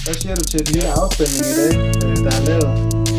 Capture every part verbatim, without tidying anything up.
Hvad siger du til den lille afspænding i dag, der er lavet?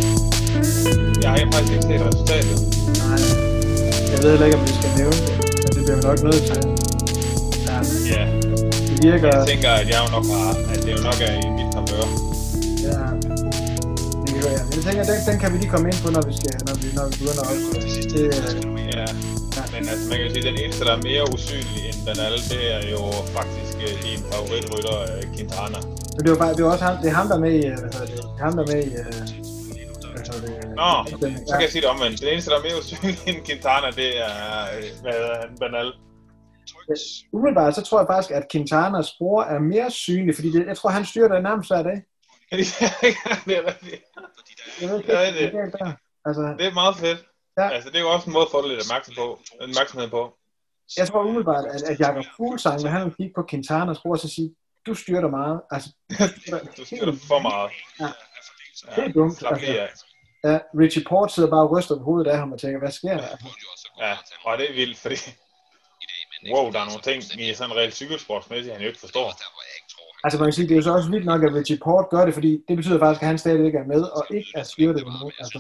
Jeg har faktisk ikke set resultatet. Nej, jeg ved heller ikke, om vi skal nævne det, men det bliver vi nok nødt til. Ja, Ja, det virker... jeg tænker, at jeg jo nok har, at det jo nok er i mit favør. Ja, det kan være. Men jeg tænker, den, den kan vi lige komme ind på, når vi skal, når vi, når vi begynder op. Det, Ja, men altså man kan sige, at den eneste, der er mere usynlig end Bernal, det er jo faktisk uh, din favoritrytter, uh, Quintana. men det var bare, det var også ham, det er ham, der er med i, hvad hedder det, det er ham, der er med i, øh, hvad hedder det, Nå, den- så kan jeg sige det omvendt. Den eneste, der er mere usynlig end Quintana, det er, øh, hvad hedder han, Bernal. Umiddelbart, så tror jeg faktisk, at Quintanas bror er mere synlig, fordi det, jeg tror, han styrer det nærmest hver dag. Ja, det er rigtigt. Jeg ved ikke, Ja, det det- er galt der. Altså, Det er meget fedt. Ja. Altså, det er jo også en måde at få lidt opmærksomhed på. opmærksomhed på. jeg tror umiddelbart, at, at Jakob Fuglsang, når han vil kigge på Quintanas bror, så sige, du styrer dig meget. Altså, Du styrer dig for meget. Ja. Det er dumt. Slap lige af. Ja, Richie Port sidder bare og ryster på hovedet af ham og tænker, hvad sker der? Ja, og det er vildt, fordi... Wow, der er nogle ting i sådan en reelt cykelsportsmæssigt, han jo ikke forstår. Altså man kan sige, det er jo så også vildt nok, at Richie Port gør det, fordi det betyder faktisk, at han stadig ikke er med, og ikke er styrtet endnu. Altså,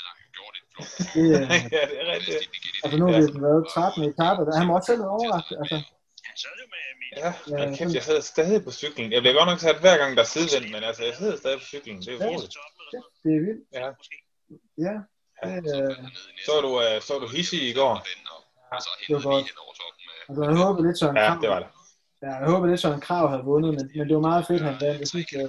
det, øh, Ja, det er rigtigt. altså nu har vi været trettende etape, han må også selv være overrasket. Altså, Ja, men kæft, jeg sidder stadig på cyklen. Jeg bliver godt nok sat hver gang, der er sidevind, men altså, jeg sidder stadig på cyklen. Det er utroligt. det er vildt. Ja. Ja, det, øh, Så du, uh, så du Hissi i går? det var godt. Altså, jeg håber lidt sådan Ja, Krav, det var det. ja, jeg håber lidt sådan Krav havde vundet, men, men det var meget fedt, han vandt. Jeg synes, øh,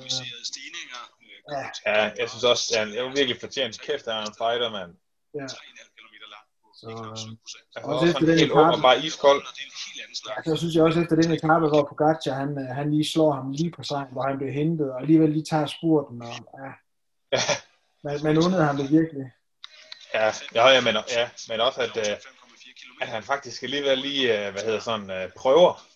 ja, Ja, jeg synes også, at han er virkelig fortjent. Kæft, han er en fighter, mand. ja. Så, øh, Altså, Også også efter sådan den helt etape. åben og bare iskold. altså, jeg synes jeg også efter den etape, hvor Pogacar, han, øh, han lige slår ham lige på stregen, hvor han bliver hentet, og alligevel lige tager spurten, og ja, Ja, man, man undede ham det virkelig. ja, ja, ja, men, ja, men også, at, uh, at han faktisk alligevel lige, uh, hvad hedder sådan, uh, prøver.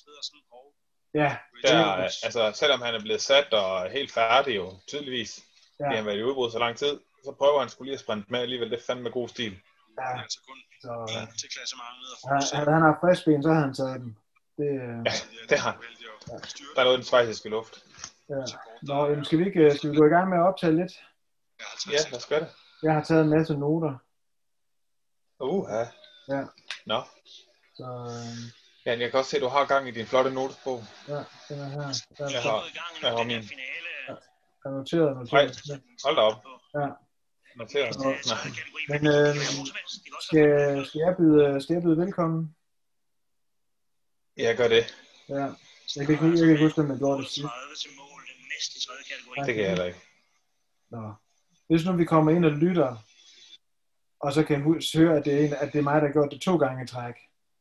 Ja, Der, det, uh, altså, selvom han er blevet sat og helt færdig jo, tydeligvis, ja, fordi han har været i udbrud så lang tid, så prøver han skulle lige at sprinte med alligevel. Det er fandme god stil. ja. Så, øh, han, han, han har frisk ben, så har han taget den. Det, øh, Ja, det har han. Der er noget i den schweiziske luft. ja. Nå, jamen, skal vi ikke skal vi gå i gang med at optage lidt? Ja, lad os gøre det. Jeg har taget en masse noter. Uh, ja. Ja, Nå. så øh, Ja, jeg kan også se, at du har gang i din flotte notesbog. ja, den er her. Den Jeg er, har, jeg har min. er noteret, Nej, noteret. hold da op. Ja. Noteret. Nej. Men øh, skal, skal, jeg byde, skal jeg byde velkommen? Jeg gør det. Ja. Jeg kan ikke, jeg kan ikke huske, om jeg gjorde det sidst. Det kan jeg heller ikke. Nå. Hvis nu vi kommer ind og lytter, og så kan hus- høre, at det, er en, at det er mig, der har gjort det to gange i træk,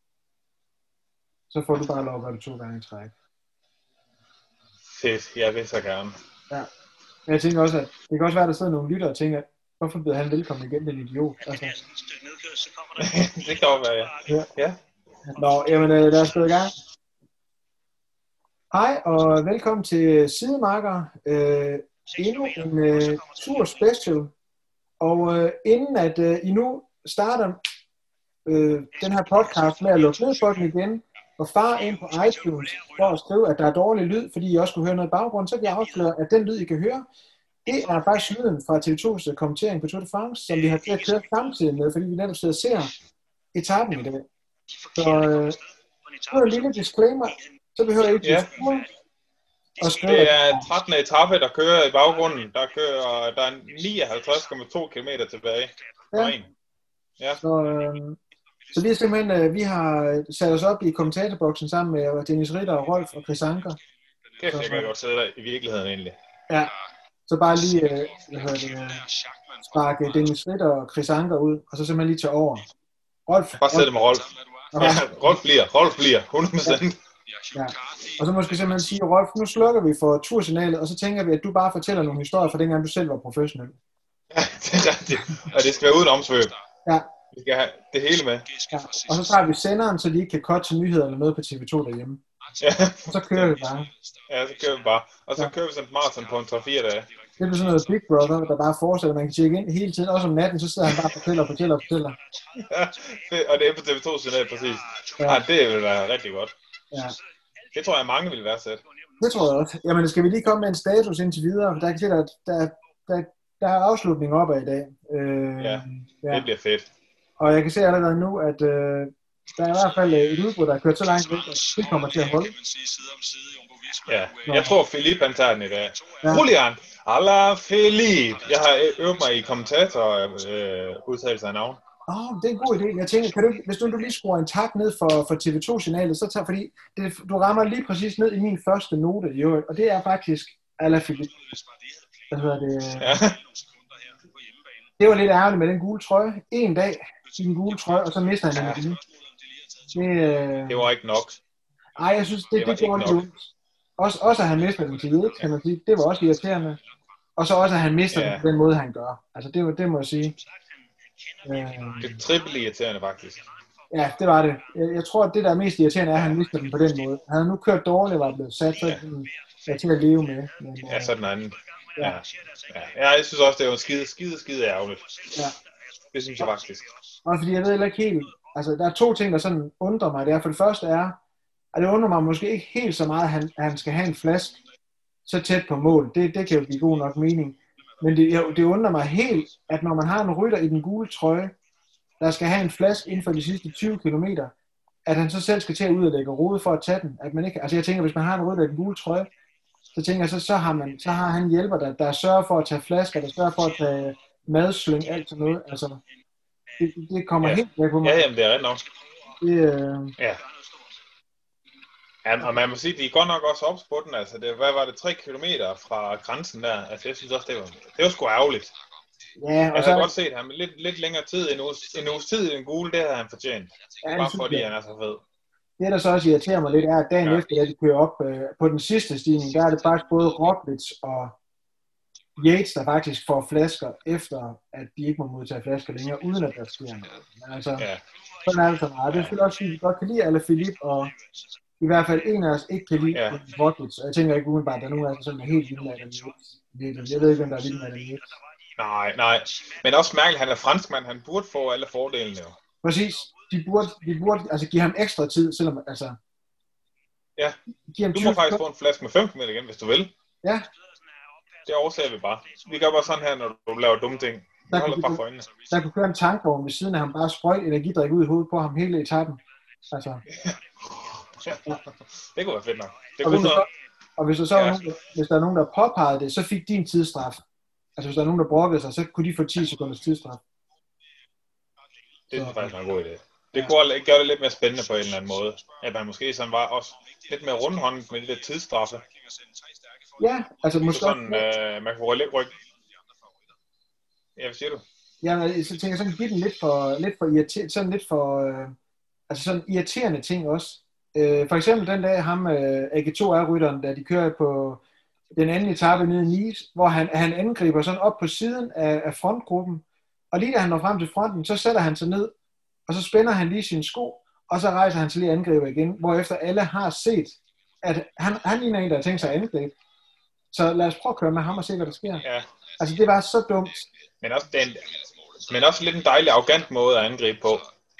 så får du bare lov at gøre det to gange i træk. Fedt, jeg vil så gerne. Men jeg tænker også, at det kan også være, at der sidder nogle lytter og tænker, hvorfor bliver han velkommen igen, den idiot? Altså, Det kan også være, ja. ja. Ja. Nå, jamen øh, lad os gå i gang. Hej og velkommen til Sidemarker. Øh, endnu en øh, tur special. Og øh, inden at øh, I nu starter øh, den her podcast med at lukke ned for den igen, og far ind på iTunes for at skrive, at der er dårlig lyd, fordi I også kunne høre noget i baggrunden, så kan jeg afsløre, at den lyd, I kan høre, det er faktisk lyden fra T V to's kommentering på Tour de France, som vi har til at køre samtidig med, fordi vi netop sidder og ser etappen i dag. Så øh, nu er en lille disclaimer, så behøver I ikke Ja. at skrive, Det at er trettende etape, der kører i baggrunden. Der kører, der er nioghalvtreds komma to kilometer tilbage. Ja. Ja. Så, øh, så vi, er simpelthen, øh, vi har sat os op i kommentatorboksen sammen med Dennis Ritter og Rolf og Chris Anker. Kæft, jeg kan godt sidde der i virkeligheden egentlig. Ja, så bare lige øh, hvad hedder det, øh, sparke Dennis Ritter og Chris Anker ud, og så simpelthen lige tage over. Rolf, Bare sætte med Rolf. Ja, Rolf bliver, Rolf bliver, hundrede procent. Ja. Og så måske simpelthen sige, Rolf, nu slukker vi for tursignalet, og så tænker vi, at du bare fortæller nogle historier fra dengang, du selv var professionel. Ja, det er rigtigt. Og det skal være uden omsvøb. Ja. Vi skal have det hele med. Ja. Og så tager vi senderen, så de ikke kan cutte til nyheder eller noget på T V to derhjemme. Ja. Og så kører vi bare. Ja, så kører vi bare. Og så Ja. kører vi sådan et maraton på en tre fire dage. Det bliver sådan noget Big Brother, der bare fortsætter. Man kan tjekke ind hele tiden, også om natten, så sidder han bare og fortæller og fortæller og fortæller. Ja, det- og det er på T V to signal præcis. Ja. Ja, det vil være rigtig godt. Ja. Det tror jeg mange vil værdsætte. Det tror jeg også. Jamen, skal vi lige komme med en status indtil videre? Der kan se, at der, der, der er afslutning op ad i dag. Øh, ja, ja, det bliver fedt. Og jeg kan se allerede nu, at øh, der er i hvert fald et udbrud, der er kørt så langt væk, at det kommer til at holde. Ja, jeg tror, Philip han tager den i dag. Ja. Julian, alla Philip. Jeg har øvet mig i kommentator-udtalelser øh, af navn. Åh, oh, det er en god idé. Jeg tænker, kan du, hvis du, du lige skruer en tak ned for, for T V to-signalet, så tager, fordi det, du rammer lige præcis ned i min første note i øvrigt, og det er faktisk alla Philip. Hvad hedder det? Ja. Det var lidt ærgerligt med den gule trøje. En dag i den gule trøje, og så mister han den igen. Det, øh... det var ikke nok. Ej, jeg synes, det, det, det gjorde det også, også at han mister den til Yates, kan man sige. Det var også irriterende. Og så også, at han mister ja. den på den måde, han gør. Altså, det, det må jeg sige. Øh... Det er trippelt irriterende, faktisk. Ja, det var det. Jeg, jeg tror, at det, der er mest irriterende, er, at han mister den på den måde. Han havde nu kørt dårligt, var blevet sat, så ja. er til at leve med. Men, ja, så den anden. Ja. Ja. ja, jeg synes også, det er jo skide, skide, skide ærgerligt. Ja. Det synes jeg faktisk. Og fordi jeg ved heller ikke helt, altså der er to ting, der sådan undrer mig. Det er for det første er, at det undrer mig måske ikke helt så meget, at han, at han skal have en flaske så tæt på mål. Det, det kan jo give god nok mening. Men det, det undrer mig helt, at når man har en rytter i den gule trøje, der skal have en flaske inden for de sidste tyve kilometer, at han så selv skal til at ud og lægge rode for at tage den. At man ikke, altså jeg tænker, hvis man har en rytter i den gule trøje, så tænker jeg, så, så, har, man, så har han hjælper, der, der sørger for at tage flasker, der sørger for at tage madslyng, alt sådan noget. Altså, det, det kommer ja. helt væk på mig. Ja, jamen det er ret nok. Det, øh... Ja. Ja, og man må sige, de er godt nok også ops på den, altså, det, hvad var det, tre kilometer fra grænsen der, altså jeg synes også, det var, det var sgu ærgerligt. Ja, og jeg så... havde godt set ham lidt, lidt længere tid, en uges, en uges tid i den gule, det havde han fortjent, ja, bare fordi han er så fed. Det, der så også irriterer mig lidt, er, at dagen ja. efter, at de kører op øh, på den sidste stigning, der er det faktisk både Roglic og Yates, der faktisk får flasker, efter at de ikke må modtage flasker længere, uden at der sker noget. Men altså, ja. sådan er det så meget. Det er selvfølgelig også, at vi godt kan lide alle Philip, og i hvert fald en af os ikke kan lide ja. Roglic. Og jeg tænker ikke umiddelbart, at der er nogen af dem, som er helt vilde med Adam Yates. Jeg ved ikke, hvem der er vilde med Adam Yates. Nej, nej. Men også mærkeligt, han er franskmand, han burde få alle fordelene jo. Præcis. De burde, de burde altså give ham ekstra tid, selvom altså... Ja, du må faktisk få en flaske med femten ml igen, hvis du vil. Ja. Det overser vi bare. Vi gør bare sådan her, når du laver dumme ting. Der kunne, bare for øjnene. Der kunne køre en tankvogn ved siden af ham, bare sprøjt energidrik ud i hovedet på ham hele etappen. Altså... Ja. Det kunne være fedt nok. Det og, kunne hvis noget... så, og hvis der så ja. nogen, hvis der er nogen, der påpegede det, så fik din tidsstraf. Altså hvis der er nogen, der brokkede sig, så kunne de få ti sekunders tidsstraf. Det er faktisk en god idé. Det ja. kunne gøre det lidt mere spændende på en eller anden måde. At man måske sådan var også lidt mere rundhåndet med de der tidsstraffe. Ja, altså måske sådan, øh, man kunne rykke ryk. Ja, hvad siger du? Ja, så tænker jeg sådan, give den lidt for, lidt for irriterende, sådan lidt for, øh, altså sådan irriterende ting også. Øh, for eksempel den dag, ham, øh, A G to R-rytteren, da de kører på den anden etape nede i Nice, hvor han, han angriber sådan op på siden af, af frontgruppen, og lige da han når frem til fronten, så sætter han sig ned, og så spænder han lige sine sko, og så rejser han sig lige angriber igen, hvorefter alle har set, at han, han ligner en, der har tænkt sig at angribe. Så lad os prøve at køre med ham og se, hvad der sker. Ja. Altså, det var så dumt. Men også, den, men også lidt en dejlig, arrogant måde at angribe på.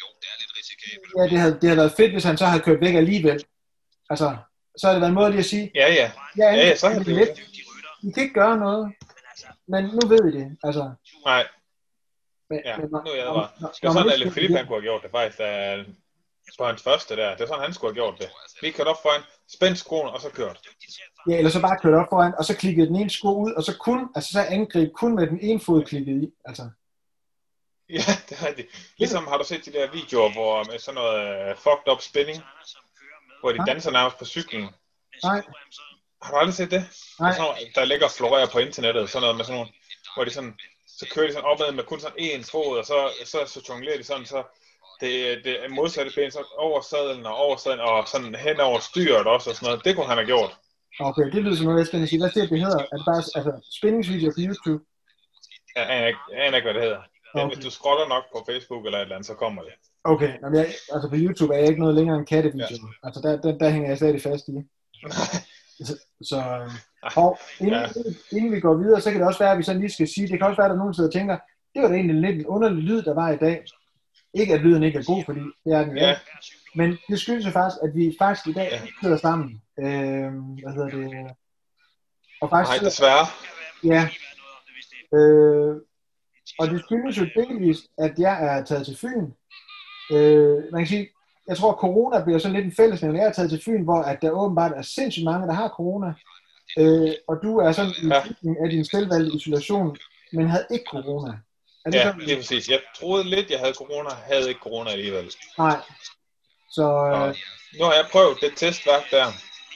Ja, det havde, det havde været fedt, hvis han så havde kørt væk alligevel. Altså, så havde det været en måde lige at sige, ja, ja, ja, ja, ja så havde det lidt. I kan ikke gøre noget, men nu ved I det, altså. Nej, men, ja, men, nu er jeg bare. Det var sådan, at Alain Philippe, han kunne have gjort det faktisk, da, på hans første der. Det var sådan, han skulle have gjort det. Vi kørte op foran, spændt skoen, og så kørt. Ja, eller så bare kørte op foran, og så klikkede den ene sko ud, og så kun, altså så angreb kun med den ene fod klikket i, altså. Ja, det er rigtigt. Ligesom har du set de der videoer, hvor med sådan noget uh, fucked up spinning, hvor de danser nærmest på cyklen. Nej. Har du aldrig set det? Nej. Sådan noget, der ligger og florerer på internettet, sådan noget med sådan nogle, hvor de sådan, så kører de sådan opad med kun sådan én fod, og så, så, så jonglerer de sådan, så det, det er modsatte ben, så over sadlen og over sadlen, og sådan hen over styret også, og sådan noget. Det kunne han have gjort. Okay, det lyder som noget, jeg skal sige. Hvad siger det hedder? Er det bare altså, spændingsvideo på YouTube? Ja, jeg aner ikke, jeg aner ikke, hvad det hedder. Okay. Hvis du scroller nok på Facebook eller et eller andet, så kommer det. Okay, jamen jeg, altså på YouTube er jeg ikke noget længere end kattevideo. Ja. Altså der, der, der hænger jeg stadig fast i. så, så og inden, ja. inden vi går videre, så kan det også være, at vi sådan lige skal sige, det kan også være, at der nogen sidder og tænker, det var da egentlig lidt en underlig lyd, der var i dag. Ikke at lyden ikke er god, fordi det er den jo. Ja. Men det skyldes jo faktisk, at vi faktisk i dag ja. sidder sammen. Øh, hvad hedder det? Og faktisk Nej, sidder, desværre. Ja. Øh, og det skyldes jo delvis, at jeg er taget til Fyn. Øh, man kan sige, jeg tror, at corona bliver sådan lidt en fællesnævner. Jeg er taget til Fyn, hvor at der åbenbart er sindssygt mange, der har corona. Øh, og du er sådan i slutningen af din selvvalgte isolation, men havde ikke corona. Er det ja, sådan? det er præcis. Jeg troede lidt, jeg havde corona, havde ikke corona alligevel. Nej. Så øh, nu har jeg prøvet det testværk der.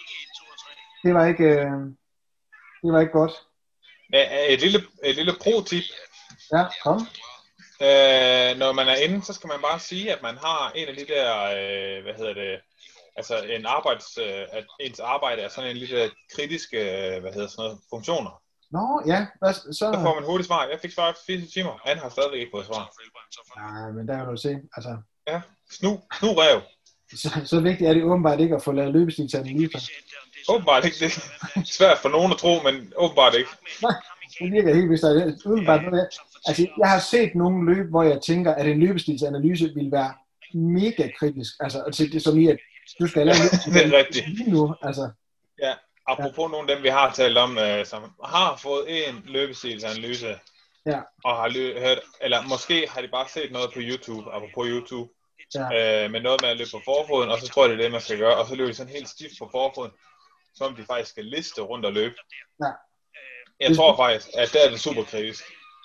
Det var ikke, øh, det var ikke godt. Et lille, et lille pro-tip. Ja, kom. Øh, når man er inde, så skal man bare sige, at man har en af de der, øh, hvad hedder det, altså en arbejds, øh, at ens arbejde er sådan en lille kritiske, øh, hvad hedder sådan noget, funktioner. Nå, ja. Hvad, så... så får man hurtigt svar. Jeg fik svar efter fire timer. Han har stadigvæk ikke fået svar. Nej, men der kan du se, altså. Ja, snu, snu rev. Så, så vigtigt er det åbenbart ikke at få lavet løbestilsanalyser. Åbenbart ikke. Det er svært for nogen at tro, men åbenbart ikke. Nej, det virker helt vist. Åbenbart noget. Altså, jeg har set nogle løb, hvor jeg tænker, at en løbestilsanalyse vil være mega kritisk. Altså, altså det er som i, at du skal lave det er rigtigt. Lige nu, altså. Ja, apropos ja. Nogle af dem, vi har talt om, øh, som har fået en løbestilsanalyse, ja. Og har lø- hørt, eller måske har de bare set noget på YouTube, apropos YouTube, ja. øh, med noget med at løbe på forfoden, og så tror jeg, det er det, man skal gøre, og så løber de sådan helt stift på forfoden, som de faktisk skal liste rundt og løbe. Ja. Jeg tror faktisk, at det er det super kritisk.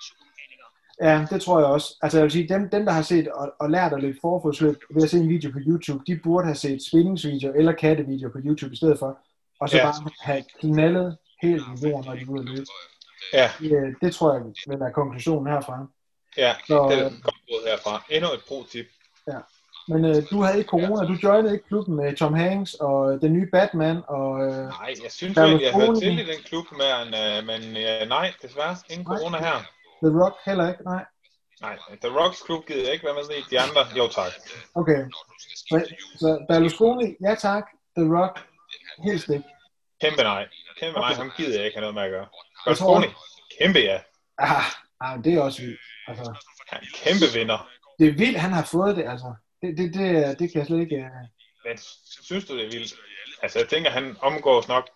Ja, det tror jeg også. Altså jeg vil sige, dem, dem der har set og, og lært at løbe forfodsløb ved at se en video på YouTube, de burde have set spændingsvideo eller kattevideo på YouTube i stedet for, og så ja. Bare have knaldet helt i jorden, når de er ude at løbe. Ja. Det, det tror jeg vil være konklusionen herfra. Ja, så, det er et godt råd herfra. Endnu et pro-tip. Ja. Men øh, du havde ikke corona, du joinede ikke klubben med Tom Hanks og den nye Batman og... Øh, nej, jeg synes egentlig, jeg hørte til i den klub, men, øh, men øh, nej, desværre, ingen nej. Corona her. The Rock heller ikke, nej. Nej, The Rocks klub gider ikke være med i de andre, jo tak. Okay, så, så Berlusconi, ja tak, The Rock, helst ikke. Kæmpe nej, kæmpe okay. nej, ham gider jeg ikke have noget med at gøre. Berlusconi, kæmpe ja. Ah, ah, det er også vildt, altså. Han er kæmpe vinder. Det er vildt, han har fået det, altså. Det, det, det, det kan jeg slet ikke... Uh... Men synes du, det er vildt? Altså, jeg tænker, han omgås nok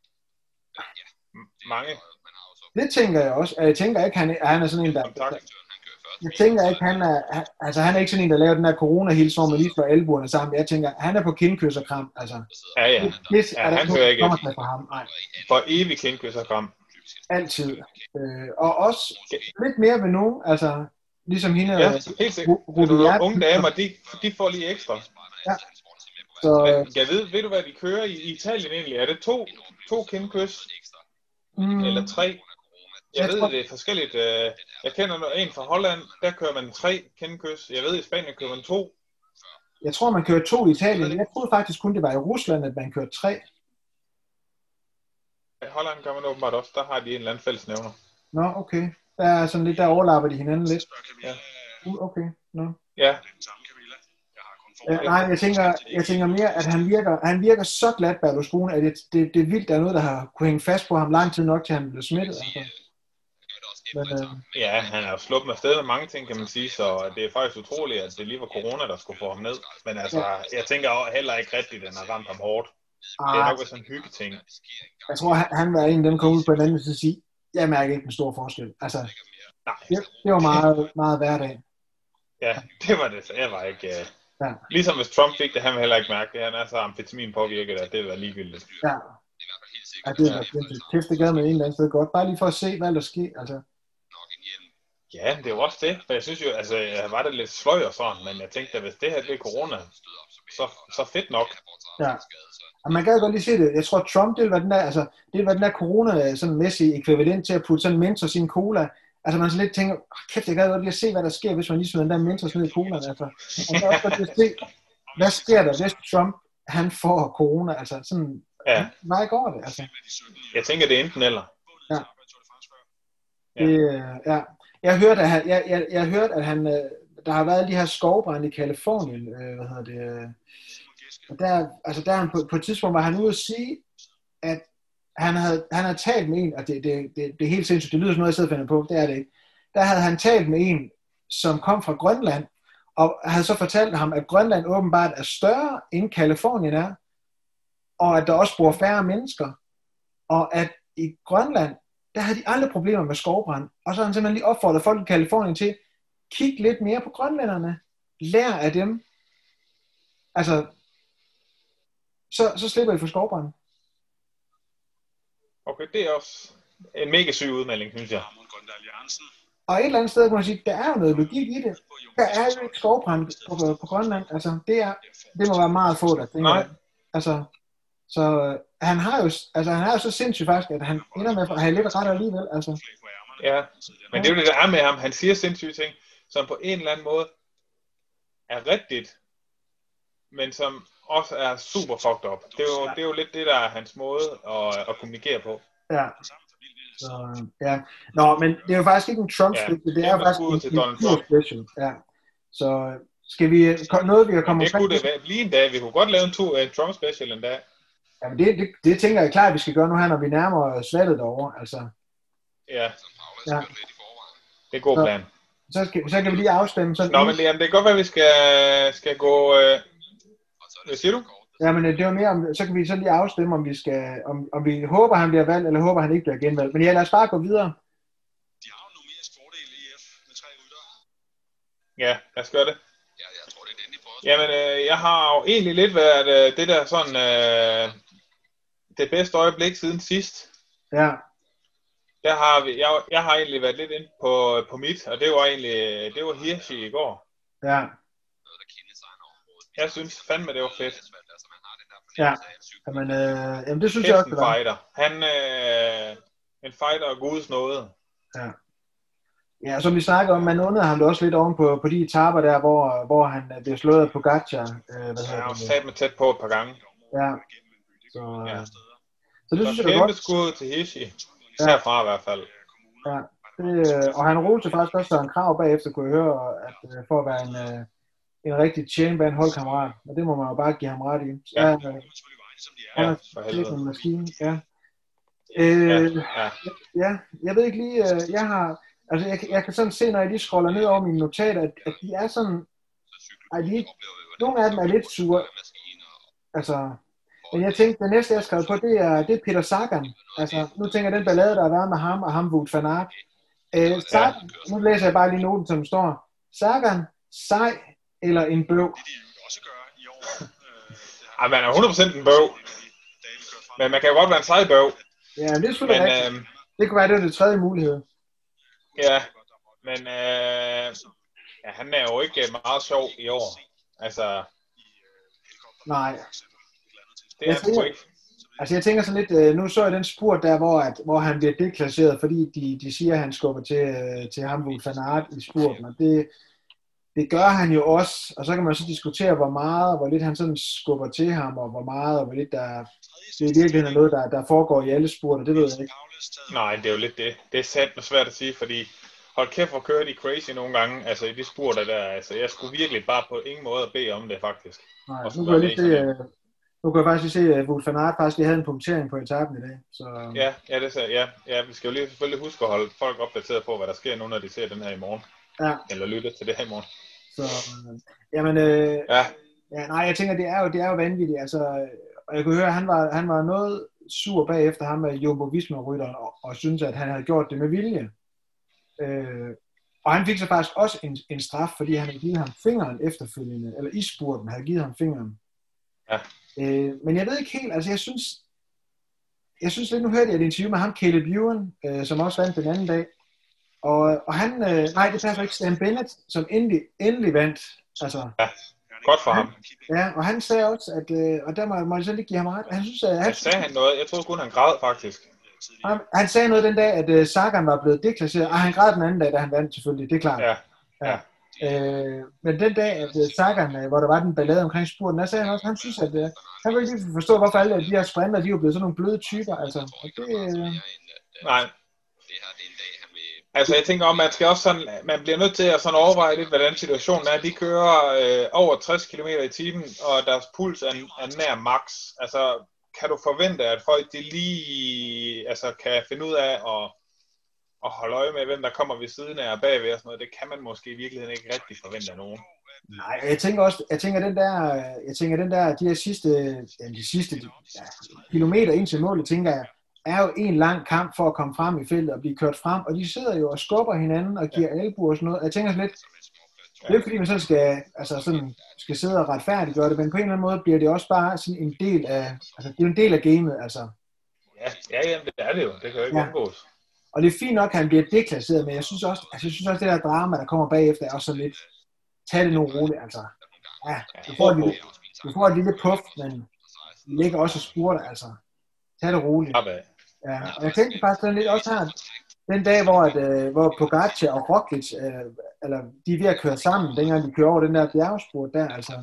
mange. Det tænker jeg også. Jeg tænker ikke, han er, han er sådan en, der... Jeg tænker ikke, han er... Altså, han er ikke sådan en, der laver den her corona-hils, hvor man lige slår albuerne sammen. Jeg tænker, han er på kindkysserkram, altså. Ja, ja. Det, det, ja er han hører ikke for ham. Nej. For evig kindkysserkram. Altid. Øh, og også lidt mere ved nogen, altså... Ligesom hende... Ja, helt sikkert. Ru- unge damer, de, de får lige ekstra. Ja. Så... Jeg ved, ved du hvad de kører i, i Italien egentlig? Er det to, to kindkys? Mm. Eller tre? Jeg, jeg ved, tror... det er forskelligt. Jeg kender en fra Holland, der kører man tre kindkys. Jeg ved, i Spanien kører man to. Jeg tror, man kører to i Italien. Jeg troede faktisk kun, det var i Rusland, at man kørte tre. I Holland gør man åbenbart også. Der har de en eller anden fællesnævner. Nå, okay. Der er sådan lidt, der overlapper de hinanden lidt. Ja. Okay, nå. Ja. Ja, nej, jeg tænker, jeg tænker mere, at han virker, han virker så glat, Berlusconi, at det, det, det er vildt, der er noget, der har kunne hænge fast på ham lang tid nok, til han blev smittet. Altså. Men, øh... Ja, han er jo sluppet med sted med mange ting, kan man sige, så det er faktisk utroligt, at det lige var corona, der skulle få ham ned. Men altså, ja. Jeg tænker heller ikke rigtigt, at den har ramt ham hårdt. Ah, det er nok sådan en hyggeting. Jeg tror, han, han var en af dem, der kom ud på en anden måde og sige, jeg mærker ikke en stor forskel. Altså, nej. Det, det var meget, meget hverdag. Ja, det var det. Jeg var ikke... Uh... Ja. Ligesom hvis Trump fik det, han vil heller ikke mærke det. Han er så amfetamin påvirket, at det var ligegyldigt. Ja. Ja, det var sindssygt. Kæft, det gad med en eller anden sted godt. Bare lige for at se, hvad der sker. Altså. Ja, det er jo også det. For jeg synes jo, altså, jeg var det lidt sløj og sådan, men jeg tænkte, at hvis det her det er corona, så, så fedt nok. Ja. Og man kan godt lige se det. Jeg tror, Trump, det var den der, altså, det var den der corona-mæssige ekvivalent til at putte sådan en Mentos i en cola. Altså man så lidt tænker, kæft, jeg gad godt lige at se, hvad der sker, hvis man lige smider den der Mentos ned i colaen. Altså. Man kan også godt lige at se, hvad sker der, hvis Trump, han får corona. Altså sådan, ja. Hvad går det? Altså. Jeg tænker, det er enten eller. Ja. Det, ja. Jeg hørte, at han, jeg, jeg, jeg hørte, at han, der har været de her skovbrænde i Kalifornien, hvad hedder det, og der, altså der han på, på et tidspunkt var han ude at sige, at han havde, han havde talt med en, og det, det, det, det er helt sindssygt, det lyder som noget, jeg sidder og finder på, det er det ikke. Der havde han talt med en, som kom fra Grønland, og havde så fortalt ham, at Grønland åbenbart er større end Kalifornien er, og at der også bor færre mennesker, og at i Grønland, der havde de aldrig problemer med skovbrand, og så har han simpelthen lige opfordret folk i Kalifornien til, kig lidt mere på grønlænderne, lær af dem, altså, så, så slipper I for skovbrand. Okay, det er også en mega syg udmelding, synes jeg. Og et eller andet sted kan man sige, der er jo noget logik i det. Der er jo ikke skovbrand på, på, på Grønland. Altså, det, er, det må være meget få, der tænker. Nej. Altså, så han har jo, altså, han er jo så sindssygt faktisk, at han ender med at have lidt ret alligevel. Altså. Ja, men det er jo det, der er med ham. Han siger sindssyge ting, som på en eller anden måde er rigtigt, men som også er super fucked up. Det er jo, det er jo lidt det, der er hans måde at, at kommunikere på. Ja. Så, ja. Nå, men det er jo faktisk ikke en Trump-special, ja, det er jo faktisk en, en tur-special. Ja. Så skal vi, noget vi har kommet omkring... Det kunne det blive en dag, vi kunne godt lave en, tur, en Trump-special en dag. Jamen det, det, det tænker jeg klart, at vi skal gøre nu her, når vi nærmer os valget derovre, altså. Ja, ja. Det er god så, plan. Så, skal, så kan vi lige afstemme sådan... Nå, men jamen, det kan godt være, at vi skal, skal gå... Øh... Hvad siger du? Jamen det var mere om, så kan vi så lige afstemme, om vi skal, om, om vi håber, han bliver valgt, eller håber, han ikke bliver genvalgt. Men ja, lad os bare gå videre. De har jo en numerisk fordel i E F med tre ryttere. Ja, lad os gøre det. Ja, jeg tror, det er den, de prøver. Jamen, øh, jeg har jo egentlig lidt været øh, det der sådan, øh, det bedste øjeblik siden sidst. Ja. Der har vi, jeg, jeg har egentlig været lidt inde på, på mit, og det var egentlig, det var Hirschi i går. Ja. Jeg synes fandme, det var fedt. Ja, jamen, øh, jamen det synes Kæft jeg også, en fighter. Han øh, en fighter og guds nåde. Ja. Ja, som vi snakker om, man undrede ham det også lidt oven på, på de etaper der, hvor, hvor han bliver slået af Pogacar. Øh, hvad ja, han sat mig tæt på et par gange. Ja. Så, ja. så det så synes jeg er godt. Skud til Hirschi. Herfra i hvert fald. Ja. Det, og han roste faktisk også en krav bagefter, kunne jeg høre, at for at være en, en rigtig chainband holdkammerat. Og det må man jo bare give ham ret i. Så, ja. Øh, han er ja, en maskine, ja. Øh, ja, ja. ja, jeg ved ikke lige, jeg har, altså jeg, jeg kan sådan se, når jeg lige scroller ned over mine notater, at, at de er sådan, at de, nogle af dem er lidt sure, altså, men jeg tænkte, det næste jeg har skrevet på, det er, det er Peter Sagan, altså, nu tænker jeg den ballade, der har været med ham og ham, Wout van Aert, øh, Sagan, nu læser jeg bare lige noten, som står, Sagan, sej eller en bøv? Ej, man er hundrede procent en bøv. Men man kan jo godt være en sej bøv. Ja, det er selvfølgelig rigtigt. Øhm, det kunne være, det var det tredje mulighed. Ja, men øh, ja, han er jo ikke meget sjov i år. Altså... Nej. Det er han ikke. Altså jeg tænker sådan lidt, nu så jeg den spurt der, hvor, at, hvor han bliver deklasseret, fordi de, de siger, at han skubber til, til ham, Wout van Aert i spurten, og det... Det gør han jo også, og så kan man så diskutere, hvor meget og hvor lidt han sådan skubber til ham, og hvor meget og hvor lidt der... Det er virkelig noget, der, der foregår i alle spurter, det ved jeg ikke. Nej, det er jo lidt det. Det er sandt svært at sige, fordi hold kæft, hvor kører de crazy nogle gange, altså i de spurter der, altså jeg skulle virkelig bare på ingen måde bede om det faktisk. Nej, nu kan jeg lige se, nu kan jeg faktisk lige se, at Wout van Aert faktisk lige havde en punktering på etappen i dag. Så... Ja, ja, det er, ja, ja, vi skal jo lige selvfølgelig huske at holde folk opdateret på, hvad der sker nu, når de ser den her i morgen. Ja. Eller lytte til det her i morgen. Så, jamen, øh, ja. ja, nej, jeg tænker, det er jo, det er jo vanvittigt, altså, og jeg kunne høre, at han var, han var noget sur bagefter ham med Jumbo Visma-rytteren, og, og synes at han havde gjort det med vilje. Øh, og han fik så faktisk også en, en straf, fordi han havde givet ham fingeren efterfølgende, eller i spurten havde givet ham fingeren. Ja. Øh, men jeg ved ikke helt, altså jeg synes, jeg synes lidt, nu hørte jeg et interview med ham, Caleb Ewan, øh, som også vandt den anden dag, og, og han, øh, nej det passer ikke, Stan Bennett, som endelig, endelig vandt, altså. Ja, godt for han, ham. Ja, og han sagde også, at, øh, og der må, må jeg så lige give ham ret, han synes, at... Han, han sagde han noget, jeg troede kun han græd faktisk. Han, han sagde noget den dag, at øh, Sagan var blevet deklasseret, og han græd den anden dag, da han vandt selvfølgelig, det er klart. Ja, ja. Øh, men den dag, at uh, Sagan, uh, hvor der var den ballade omkring spurten, der sagde han også, han synes, at uh, han kunne ikke lige forstå, hvorfor alle de her sprinter, de er jo blevet sådan nogle bløde typer, altså. Og det, uh... Nej. Altså jeg tænker om, man skal også sådan, man bliver nødt til at sådan overveje lidt, hvordan situationen er. De kører øh, over tres kilometer i timen, og deres puls er, er nær max. Altså kan du forvente, at folk de lige altså, kan finde ud af at, at holde øje med, hvem der kommer ved siden af og bagved og sådan noget? Det kan man måske i virkeligheden ikke rigtig forvente af nogen. Nej, jeg tænker også, jeg tænker den der, jeg tænker den der, de her sidste, ja, de sidste ja, kilometer ind til målet, tænker jeg, er jo en lang kamp for at komme frem i feltet og blive kørt frem, og de sidder jo og skubber hinanden og giver albuer og sådan noget. Jeg tænker sådan lidt, det er ikke fordi man sådan skal, altså sådan, skal sidde og retfærdiggøre det, men på en eller anden måde bliver det også bare sådan en del af, altså det er jo en del af gamet, altså. Ja, ja, ja, det er det jo. Det kan jo ikke ja. undgås. Og det er fint nok, at han bliver deklasseret, men jeg synes også, altså, jeg synes også, det der drama, der kommer bagefter, er også så lidt, tag det nu roligt, altså. Ja, du får, et lille, du får et lille puff, men det ligger også og spurter, altså. Tag det roligt. Ja, og jeg tænkte faktisk sådan lidt også her, den dag, hvor, at, øh, hvor Pogacar og Roglic, øh, eller de er ved at køre sammen, dengang de kører over den der bjergspurt der, altså.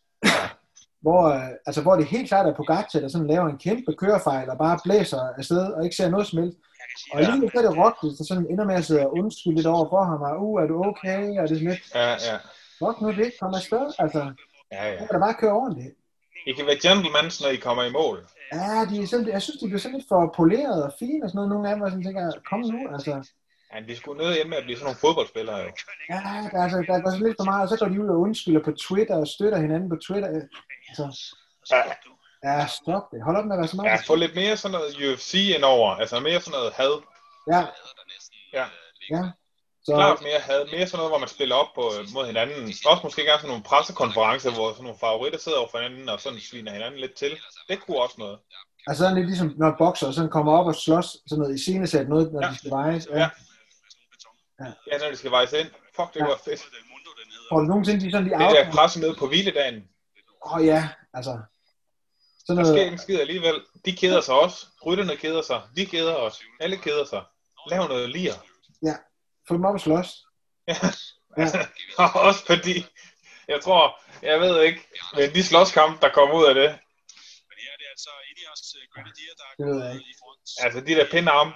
Hvor, øh, altså, hvor det helt klart er Pogacar, der sådan laver en kæmpe kørefejl, og bare blæser afsted, og ikke ser noget som helst. Og lige så er det Roglic, der sådan ender med at sidde og undskylde lidt over for ham, og uh, er du okay, og det er sådan lidt. Ja, ja. Fuck nu det, kom afsted, altså. Ja, ja. Så kan der bare køre ordentligt. I kan være gentlemans, når I kommer i mål. Ja, de er sådan, jeg synes, de bliver sådan lidt for poleret og fine og sådan noget. Nogle af dem var sådan, tænker, kom nu, altså. Ja, de skulle ned hjemme med at blive sådan nogle fodboldspillere, jo. Ja, der, altså, der går så lidt for meget, og så går de ud og undskylder på Twitter og støtter hinanden på Twitter. Altså, ja. Ja, stop det. Hold op med at være så meget. Ja, få lidt mere sådan noget U F C indover. Altså mere sådan noget had. Ja. Ja. Ja. Så... Klart mere had. Mere sådan noget, hvor man spiller op på, mod hinanden. Også måske gerne sådan nogle pressekonferencer, hvor sådan nogle favoritter sidder over for hinanden og sådan sviner hinanden lidt til. Det kunne også noget. Altså sådan lidt ligesom, når bokser sådan kommer op og slås, sådan noget i scenesæt noget, når ja. de skal vejes. Ja. Ja. Ja. Ja, når de skal vejes ind. Fuck, det ja. var fedt. Får du nogensinde de sådan de aftaler? Det der pressemøde på hviledagen. Åh oh, ja, altså. Sådan noget... Der sker ikke en skid alligevel. De keder sig også. Rytterne keder sig. Vi keder os. Alle keder sig. Lav noget lir. Ja, få dem op og slås. Ja, altså, ja. Også fordi, jeg tror, jeg ved ikke, men de slåskampe, der kommer ud af det. Men her er det altså Ineos Grenadier, der er gået i front. Altså de der pindarme.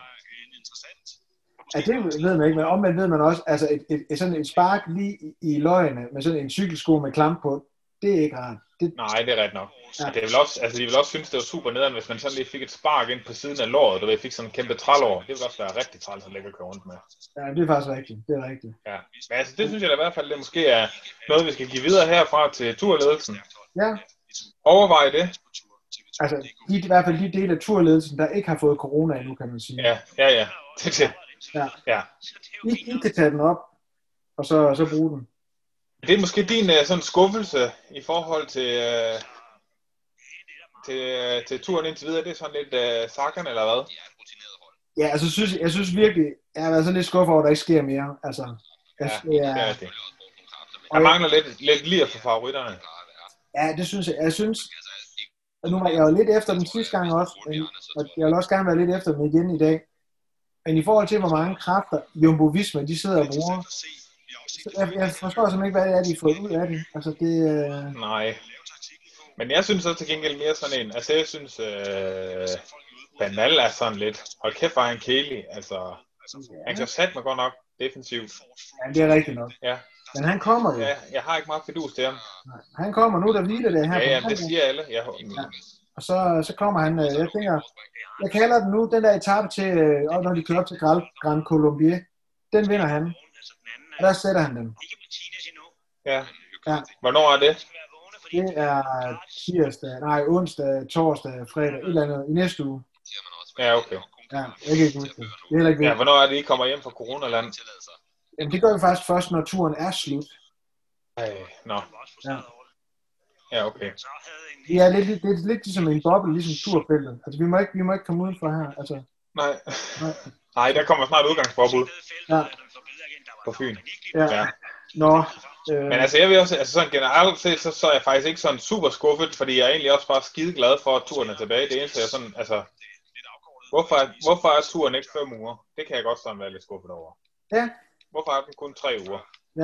Ja, det ved man ikke, men omvendt ved man også, altså et, et, et, sådan et spark lige i, i løgene med sådan en cykelsko med klamp på, det er ikke rart. Det... Nej, det er ret nok. Ja. Det vil også, altså de vil også synes, det var super nederen, hvis man sådan lige fik et spark ind på siden af låret, og du fik sådan en kæmpe trælår. Det vil også være rigtig træls at lægge at køre rundt med. Ja, det er faktisk rigtigt. Det er rigtigt. Ja, men altså det synes jeg da i hvert fald, det måske er noget, vi skal give videre herfra til turledelsen. Ja. Overvej det. Altså, de, i hvert fald de dele af turledelsen, der ikke har fået corona endnu, kan man sige. Ja, ja, ja. Det er det. Ja. Ja. I, I kan tage den op, og så, så bruge den. Det er måske din uh, sådan skuffelse i forhold til, uh, til, uh, til turen indtil videre. Det er sådan lidt uh, sakkerne, eller hvad? Ja, altså synes, jeg synes virkelig, jeg har været sådan lidt skuffet over, at der ikke sker mere. Altså, jeg, ja, jeg, det er det. Der mangler lidt, lidt lir for favoritterne. Ja, det synes jeg. Jeg synes, og nu var jeg jo lidt efter den sidste gang også, og jeg vil også gerne være lidt efter dem igen i dag. Men i forhold til, hvor mange kræfter Jumbo Visma, de sidder og bruger, jeg, jeg forstår simpelthen ikke, hvad det er, de har fået ud af det. Altså, det øh... Nej. Men jeg synes så til gengæld mere sådan en, altså jeg synes, øh, Bernal er sådan lidt, hold kæft, var han kælig, altså, ja. Han kan sat mig godt nok defensivt. Ja, det er rigtigt nok. Ja. Men han kommer jo. Ja, jeg har ikke meget fidus til ham. Nej, han kommer nu, der hviler det her. Ja, ja, det siger alle. Jeg... Ja. Og så, så kommer han, jeg tænker, jeg kalder den nu, den der etape til, når de kører op til Grand Colombier, den vinder han. Og der sætter han den. Ja. Ja. Hvornår er det? Det er tirsdag, nej, onsdag, torsdag, fredag, et eller andet, i næste uge. Ja, okay. Ja, jeg kan ikke huske det. Det er heller ikke ja, hvornår er det, I kommer hjem fra coronaland? Jamen, det gør vi faktisk først, når turen er slut. Ej, nå. Ja. Ja, okay. Ja, det er lidt, det er lidt ligesom en boble, ligesom turfeltet. Altså, vi må ikke, vi må ikke komme udenfor her, altså. Nej. Nej. Nej, der kommer snart udgangsforbud. Ja. På Fyn. Ja. Ja. Nå. Øh... Men altså, jeg vil også, altså sådan generelt set, så, så er jeg faktisk ikke sådan super skuffet, fordi jeg er egentlig også bare skide glad for, at turen er tilbage. Det eneste er sådan, altså, hvorfor er, hvorfor er turen ikke fem uger? Det kan jeg godt sådan være lidt skuffet over. Ja. Hvorfor er den kun tre uger? Ja.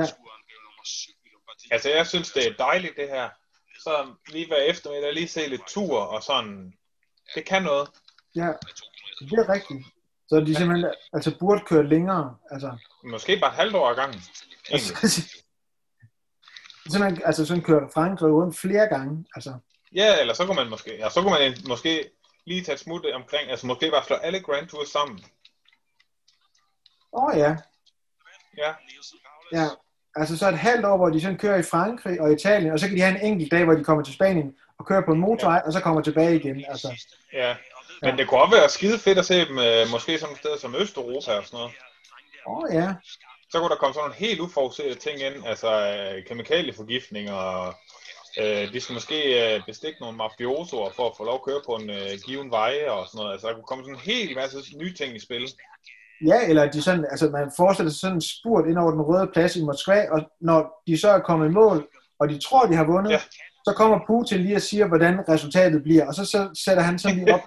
Altså, jeg synes, det er dejligt, det her. Så lige hver eftermiddag lige se lidt tur og sådan. Det kan noget. Ja, det er rigtigt. Så de simpelthen altså burde køre længere, altså. Måske bare et halvt år ad gangen. Altså, simpelthen, altså sådan køre Frankrig rundt flere gange, altså. Ja, eller så kunne man måske, ja, så kunne man måske lige tage et smut omkring, altså måske bare slå alle Grand Tours sammen. Åh oh, ja. Ja. Ja, Altså så et halvt år, hvor de sådan kører i Frankrig og Italien, og så kan de have en enkelt dag, hvor de kommer til Spanien og kører på en motorvej, ja. Og så kommer tilbage igen. Altså. Ja, men ja. Det kunne også være skide fedt at se dem, øh, måske sådan et sted som Østeuropa og sådan noget. Åh oh, ja. Så kunne der komme sådan nogle helt uforudsete ting ind, altså øh, kemikalieforgiftning, og øh, de skal måske øh, bestikke nogle mafiosoer for at få lov at køre på en øh, given vej og sådan noget. Altså der kunne komme sådan en hel masse nye ting i spil. Ja, eller de sådan, altså man forestiller sig sådan en spurt ind over den røde plads i Moskva, og når de så er kommet i mål, og de tror, de har vundet, ja. Så kommer Putin lige og siger, hvordan resultatet bliver, og så, så sætter han sådan lige op.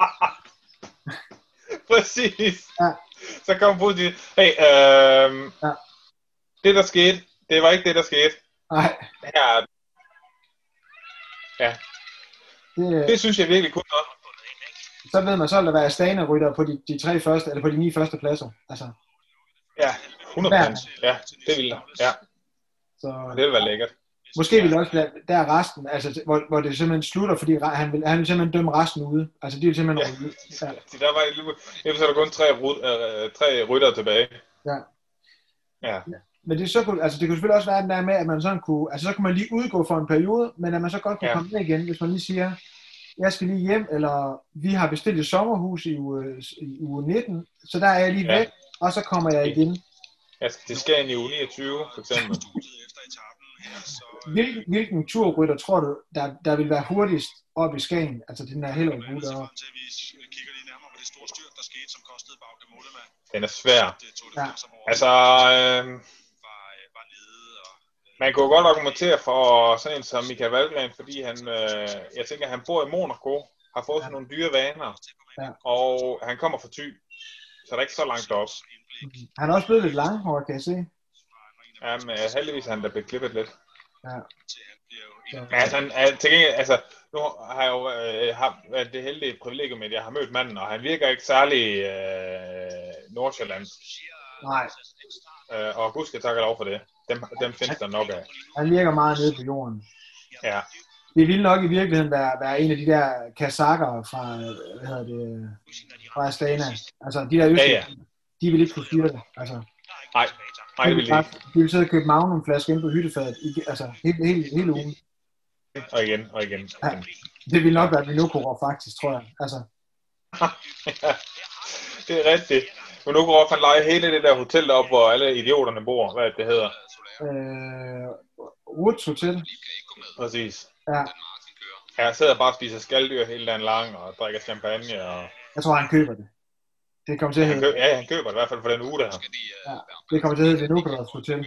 Præcis. Ja. Så kommer Putin, hey, øh, ja. Det der skete, det var ikke det, der skete. Nej. Her, ja. Det, det synes jeg virkelig kunne noget. Så ved man, så vil der være Astana-rytter på de, de tre første, eller på de ni første pladser. Altså. Ja, hundrede procent. Ja, det vil der. Ja. Så, det vil være lækkert. Måske vil det også være der resten, altså, hvor, hvor det simpelthen slutter, fordi han vil, han vil simpelthen dømme resten ude. Altså, de vil simpelthen ja. Ude. Ja. Der var i så er der kun tre, øh, tre rytter tilbage. Ja. Ja. Ja. Men det, så kunne, altså, det kunne selvfølgelig også være den der med, at man sådan kunne, altså så kunne man lige udgå for en periode, men at man så godt kunne ja. Komme ned igen, hvis man lige siger, jeg skal lige hjem, eller vi har bestilt et sommerhus i uge, i uge nitten, så der er jeg lige væk, ja. Og så kommer jeg igen. Jeg skal til Skagen i uge niogtyve, for eksempel. Hvilken, hvilken turrytter tror du, der, der vil være hurtigst op i Skagen? Altså den der Hellerup Rute deroppe. Den er svær. Ja. Altså, øh, man kunne godt argumentere for sådan en som Michael Valgren, fordi han, øh, jeg tænker, han bor i Monaco, har fået sådan nogle dyre vaner, ja. Og han kommer fra Thy, så der er ikke så langt op. Han er også blevet lidt langhåret, kan jeg se. Jamen, heldigvis er han da blevet klippet lidt. Ja. Men altså, han, til gengæld, altså, nu har jeg jo øh, har været det heldige privilegium, at jeg har mødt manden, og han virker ikke særlig øh, Nordsjælland. Nej. Øh, og gud skal takke lov for det. Dem, dem findes der nok af. Han virker meget nede på jorden. Ja. Det ville nok i virkeligheden være, være en af de der kasakker fra, hvad hedder det, fra Astana. Altså, de der østlige, ja, ja. De vil ikke kunne styre det. Altså. Nej. Nej, det vil de ikke. De vil sidde og købe magnumflaske ind på hyttefadet, altså hele, hele, hele ugen. Og igen, og igen. Ja, det vil nok være Minokoro faktisk, tror jeg. Altså. Ja, det er rigtigt. Minokoro han leger hele det der hotel deroppe, hvor alle idioterne bor. Hvad det hedder? Øh, Woods Hotel. Præcis. Ja. Jeg sidder bare og spiser skaldyr hele dagen lang, og drikker champagne. Og... Jeg tror, han køber det. Det kommer til at hedde... Ja, han køber det i hvert fald for den uge der. Ja, det kommer til at hedde Minokoro Hotel.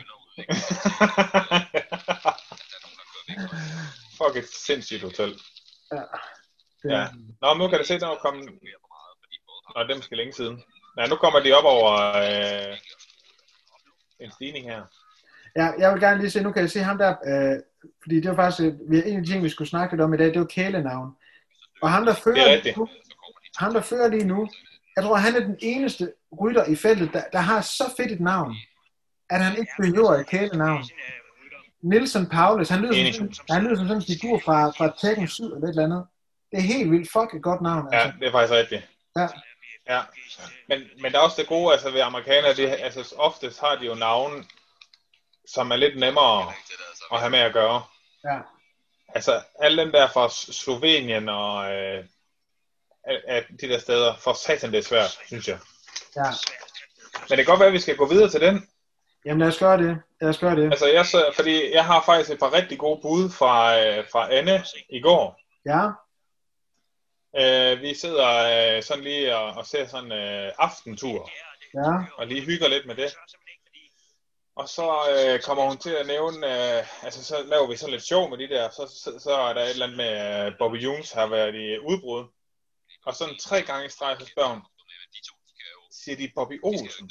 Fuck et sindssygt hotel. Ja. Det... Ja. Nå, nu kan det se, der er kommet... Nå, det er måske længe siden. Nej, nu kommer de op over øh... en stigning her. Ja, jeg vil gerne lige se, nu kan jeg se ham der, øh, fordi det var faktisk en af de ting, vi skulle snakke lidt om i dag, det var kælenavn. Og ham der fører, lige nu, ham, der fører lige nu, jeg tror, han er den eneste rytter i feltet, der, der har så fedt et navn, at han ikke behøver et kælenavn. Nielsen Paulus, han lyder som, han lyder som sådan en figur fra, fra Tekken syv eller et eller andet. Det er helt vildt, fuck et godt navn. Altså. Ja, det er faktisk rigtigt. Ja. Ja, men, men der er også det gode, altså ved amerikanere, det, altså oftest har de jo navne, som er lidt nemmere at have med at gøre. Ja. Altså alle dem der fra Slovenien og øh, af de der steder, for satan det er svært, synes jeg. Ja. Men det kan godt være, at vi skal gå videre til den. Jamen lad os gøre det. Lad os gøre det. Altså jeg så, fordi jeg har faktisk et par rigtig gode bud fra, øh, fra Anne i går. Ja. Øh, vi sidder øh, sådan lige og, og ser sådan en øh, aftentur. Ja. Og lige hygger lidt med det. Og så øh, kommer hun til at nævne, øh, altså så laver vi sådan lidt sjov med de der, så, så, så er der et eller andet med, øh, Bobby Jones har været i udbrud. Og sådan tre gange i streg, så spørger hun, siger de Bobby Olsen?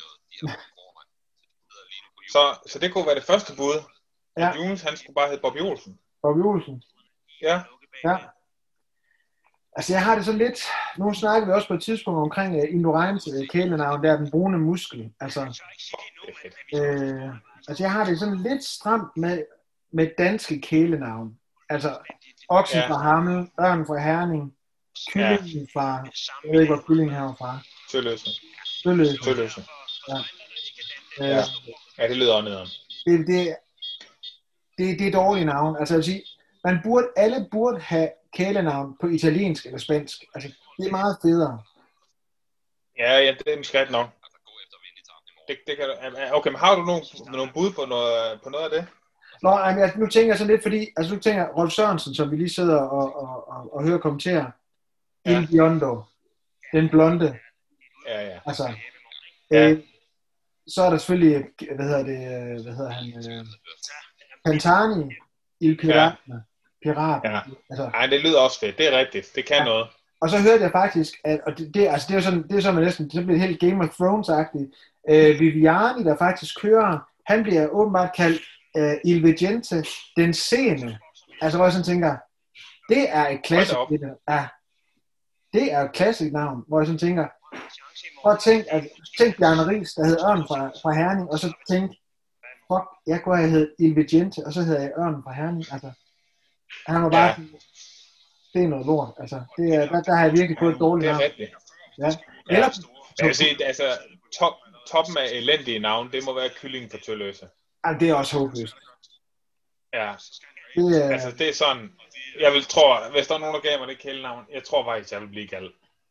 så, så det kunne være det første bud. Ja. Bobby Jones, han skulle bare hedde Bobby Olsen. Bobby Olsen? Ja. Ja. Altså jeg har det så lidt, nu snakker vi også på et tidspunkt omkring uh, Indurains uh, kælenavn, der er den brune muskel. Altså, øh, altså jeg har det sådan lidt stramt med, med danske kælenavn. Altså oksen ja. Fra Hammel, ørnen fra Herning, kyllingen ja. Fra, jeg ved ikke hvor kyllingen her fra. Tølløse. Tølløse. Tølløse. Ja. Ja. Ja, det lyder også nederen. det, det, det, det er dårlige navn. Altså jeg vil sige, man burde, alle burde have kælenavn på italiensk eller spansk. Altså, det er meget federe. Ja, ja, det er måske ret nok. Det, det kan, okay, men har du nogle, nogle bud på noget, på noget af det? Nå, altså, nu tænker jeg så lidt, fordi, altså nu tænker jeg, Rolf Sørensen, som vi lige sidder og, og, og, og hører kommentere, ja. Il Biondo, den blonde. Ja, ja. Altså, ja. Øh, så er der selvfølgelig, hvad hedder det, hvad hedder han, øh, Pantani, Il Pirata. Ja. Pirat. Ja. Altså, ej, det lyder også fedt, det er rigtigt, det kan ja. noget. Og så hørte jeg faktisk, at og det, det, altså, det er jo sådan, det er sådan næsten, det bliver helt Game of Thrones-agtigt. Øh, Viviani, der faktisk kører, han bliver åbenbart kaldt øh, Il Vigente, den sene. Altså, hvor jeg sådan tænker, det er et klassik. Ja, det er et klassik navn, hvor jeg sådan tænker, og tænk, at, tænk Bjarne Riis, der hed Ørn fra, fra Herning, og så tænk, fuck, jeg kunne have heddet Il Vigente, og så hedder jeg Ørn fra Herning. Altså, han var bare, ja. Det er noget lort. Altså, det er, der, der har jeg virkelig fået et dårligt navn. Det er rigtigt. Ja. Ja. Eller, jeg vil sige, altså, top, toppen af elendige navn, det må være Kylling for Tølløse. Ja, det er også håbløst. Ja. Det er... Altså, det er sådan, jeg vil tro, hvis der er nogen, der gav mig det kælenavn, jeg tror faktisk, jeg vil blive gal.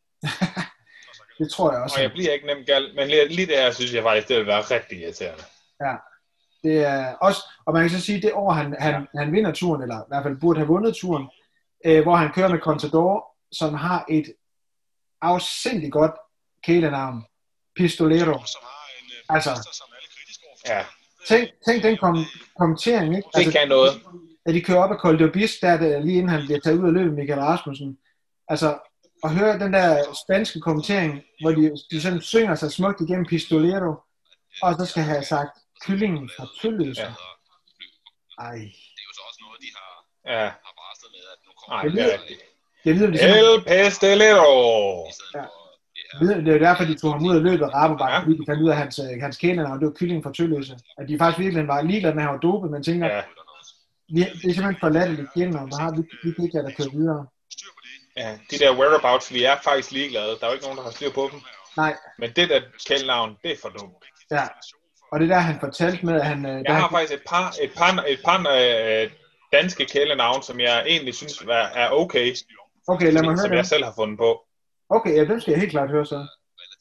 Det tror jeg også. Og jeg bliver ikke nemt gal, men lige, lige der synes jeg faktisk, det vil være rigtig irriterende. Ja. Det er også, og man kan så sige, det år han, han, ja. han vinder turen, eller i hvert fald burde have vundet turen, øh, hvor han kører med Contador, som har et afsindigt godt kælenavn, Pistolero. Altså, ja. tænk, tænk den kom, kommentering, ikke? Det altså, kan noget. Da de kører op af Col d'Aubisque, der er det, lige inden han bliver taget ud af løbet, Michael Rasmussen. Altså, at høre den der spanske kommentering, hvor de, de sådan synger sig smukt igennem Pistolero, og så skal have sagt, Kyllingen fra Tølløse. Ja. Ej. Det er jo så også noget, de har, ja. har varslet med, at nu kommer... Ej, det er rigtigt. Det lyder ligesom... El Pistolero! Ja. Det er jo derfor, de tog ham ud af løbet af Rabobank, ja. Fordi de fandt ud af hans, hans kælenavn, det var Kyllingen fra Tølløse. At de faktisk virkelig var ligeglade med, at han var dopet, men tænker, ja. vi, det er simpelthen for latterligt kælenavn, der har vi, vi kan ikke lade der køre videre. Ja, de der whereabouts, vi er faktisk ligeglade. Der er jo ikke nogen, der har styr på dem. Nej. Men det der kælenavn, det er for dumt. Ja. Og det der, han fortalte med, at han... Jeg har han... faktisk et par, et par, et par øh, danske kælenavn, som jeg egentlig synes er, er okay. Okay, lad mig høre som det. jeg selv har fundet på. Okay, ja, dem skal jeg helt klart høre så.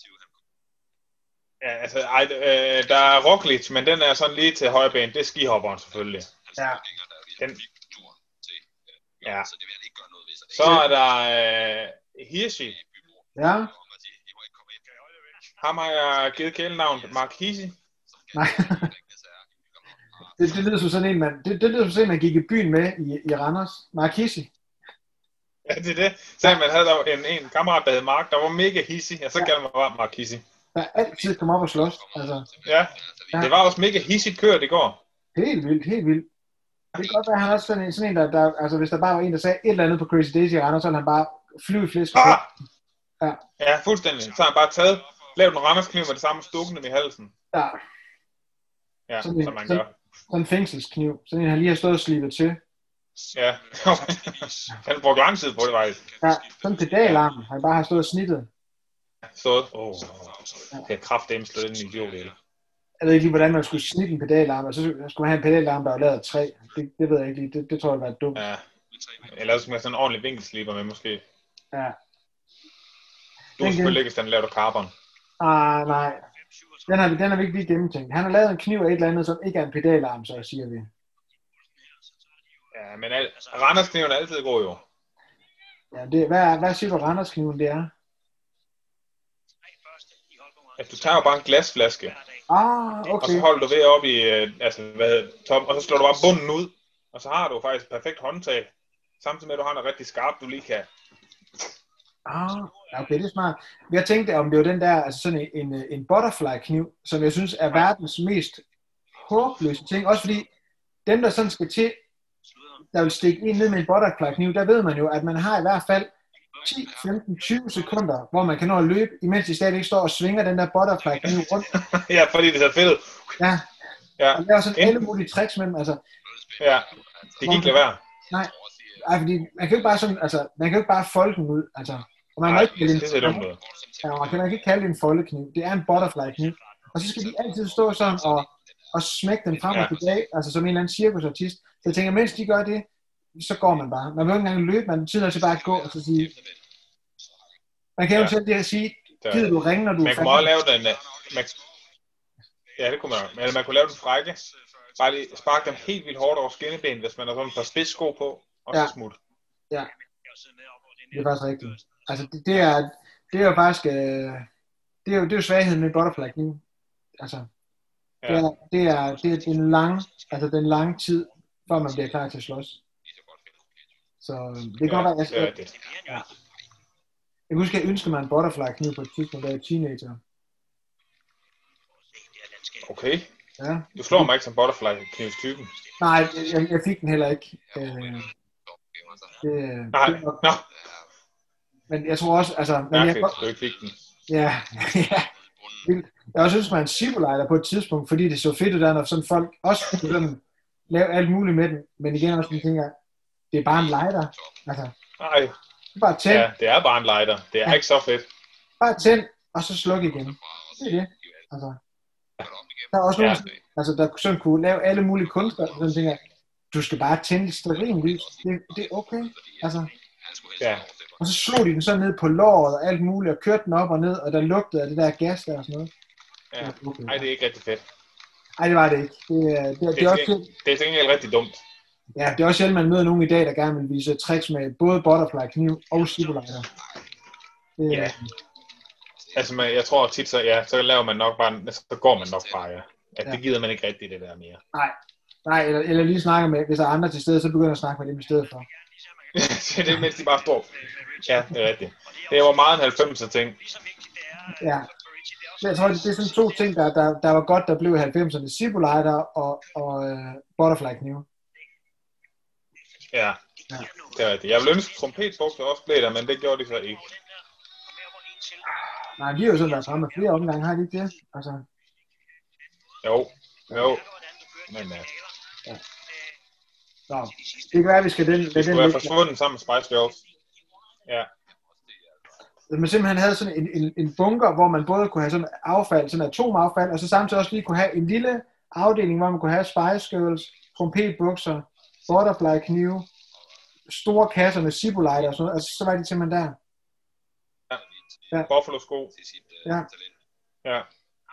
Ja, altså, ej, øh, der er Roglic, men den er sådan lige til højreben. Det er skihopperen selvfølgelig. Ja. Den... Ja. Så er der øh, Hirschi. Ja. Ham har jeg givet kælenavn Mark Hirschi. Nej. det, det lyder som sådan en, man, det, det lyder som sådan en, man gik i byen med i, i Randers. Mark Hirschi. Ja, det er det. Så man havde der en, en kammerat, der hed Mark, der var mega hissig, og så ja. Kaldte man bare Mark Hirschi. Der altid kom op og slås. Altså. Ja. ja, det var også mega hissigt kørt i går. Helt vildt, helt vildt. Det kan godt være, at han også sådan en, sådan en der, der, altså hvis der bare var en, der sagde et eller andet på Crazy Daisy i Randers, så ville han bare flyve i flæsk. Ah! Ja. ja, fuldstændig. Så har han bare taget, lavet en Randerskniv med det samme stukken dem i halsen. Ja. Ja, sådan en, som man sådan, gør. Sådan en fængselskniv. Sådan en, han lige har stået og slibet til. Ja. Han brugte lang tid på det, faktisk. Ja, sådan en pedalarm. Han bare har stået og snittet. Så, åh, oh, det er kraftedeme slået en idiot, eller? Jeg ved ikke lige, hvordan man skulle snitte en pedalarm, og så skulle man have en pedalarm, der var lavet af træ. Det, det ved jeg ikke lige. Det, det tror jeg var dumt. Ja. Eller så skulle man have sådan en ordentlig vinkelsliber med, måske. Ja. Du har selvfølgelig ikke, hvis den laver carbon. Ah, nej. Den har, den har vi ikke lige gennemtænkt. Han har lavet en kniv af et eller andet, som ikke er en pedalarm, så siger vi. Ja, men al- Randerskniven er altid god, jo. Ja, det, hvad, hvad siger du, Randerskniven det er? At du tager jo bare en glasflaske. Ah, okay. Og så holder du ved op i, øh, altså, hvad, top, og så slår du bare bunden ud. Og så har du faktisk et perfekt håndtag. Samtidig med, at du har noget rigtig skarpt, du lige kan. Ah, okay, det er smart. Jeg tænkte, om det var den der, altså sådan en, en, en butterfly-kniv, som jeg synes er verdens mest håbløse ting. Også fordi, dem der sådan skal til, der vil stikke ind ned med en butterfly-kniv, der ved man jo, at man har i hvert fald ti, femten, tyve sekunder, hvor man kan nå at løbe, imens de stadig står og svinger den der butterfly-kniv rundt. Ja, fordi det ser fedt ud. Ja, ja. Og der er sådan alle mulige tricks med dem, altså. Ja, det kan ikke lade være. Nej, ej, fordi man kan jo ikke bare sådan, altså, man kan jo ikke bare folde den ud, altså. Og man Nej, ikke det, det ser dumt ud. Ja, man kan ikke kalde det en foldekniv, det er en butterfly-kniv. Og så skal de altid stå sådan og og smække den frem Ja. og tilbage, altså som en eller anden cirkusartist. Så jeg tænker, mens de gør det, så går man bare. Man vil ikke engang løbe, man tyder til bare at gå, og så sige, man kan jo Ja. selv det at sige, Det gider er- du ringe, når du Man er kunne også lave den... øh, Man, ja, det kunne man. Men man kunne lave den frække. Bare lige sparke dem helt vildt hårdt over skinneben, hvis man har sådan et par spidssko på, og Ja. så smut. Ja, det er faktisk rigtigt. Altså, det, det, er, det er jo faktisk, øh, det er jo, det er jo svagheden med butterfly kniv. Altså, det Ja. er, det er, det er den lange, altså den lange tid, før man bliver klar til at slås. Så øh, det kan Ja, godt være, det er jeg, rigtigt. ja. Jeg husker, jeg ønskede mig en butterfly kniv på et tidspunkt, da jeg var teenager. Okay. Ja. Du slår mig ikke som butterfly-knivstypen. Nej, jeg, jeg fik den heller ikke. Øh, det, Nej, det var, nå, men jeg tror også, altså, men jeg, mærkeligt, du ikke fik den. ja, ja, vildt. Jeg også synes, man en Zippo-lighter på et tidspunkt, fordi det så fedt ud der, når sådan folk også kunne sådan lave alt muligt med den, men igen også, man tænker, det er bare en lighter, altså, Nej, det er bare tænd, ja, det er bare en lighter. Det er Ja. ikke så fedt. bare tænd, og så sluk igen. Det er det, altså. Der er også Ja. nogen, altså, der sådan kunne lave alle mulige kunster, og sådan tænker, du skal bare tænde et stearinlys, det, det er okay, altså. Ja, Og så slog de den så ned på låret og alt muligt, og kørte den op og ned, og der lugtede af det der gas der og sådan noget. ja. Okay. Ej, det er ikke rigtig fedt. Ej, det var det ikke. Det, er- det, det, Det det er er, også, til, det er til gengæld rigtig dumt. ja, det er også sjældent, man møder nogen i dag, der gerne vil vise tricks med både butterfly kniv og Zippo-lighter. Det, Ja. Altså, man, jeg tror tit, så, ja, så laver man nok bare, så går man nok bare, ja. At Ja. det gider man ikke rigtig, det der mere. Nej, eller, eller lige snakker med, hvis der er andre til stede, så begynder jeg at snakke med dem i stedet for. Det er det, mens de bare står. Ja, det er rigtigt. Det var meget en halvfemser ting. Ja. Jeg tror, det, det er sådan to ting, der, der, der var godt, der blev i halvfemserne. Zippo-lighter og, og uh, butterfly kniv. Ja, Ja. det er rigtigt. Jeg ville ønske, trompetbukser også blev der, men det gjorde de så ikke. Nej, de har jo sådan været fremme flere omgange, har de ikke det? Altså, Jo, jo. Men ja, så. Det kan være, at vi skal den, det lade den skulle være ligge. forsvundet sammen med Spice Girls. Ja, Hvis man simpelthen havde sådan en, en, en bunker, hvor man både kunne have sådan affald, sådan atomaffald, og så samtidig også lige kunne have en lille afdeling, hvor man kunne have Spice Girls, trompetbukser, butterfly knive, store kasser med Zippo-lighter og sådan noget, altså så var de simpelthen der. Ja. Buffalo sko. Ja. Ja.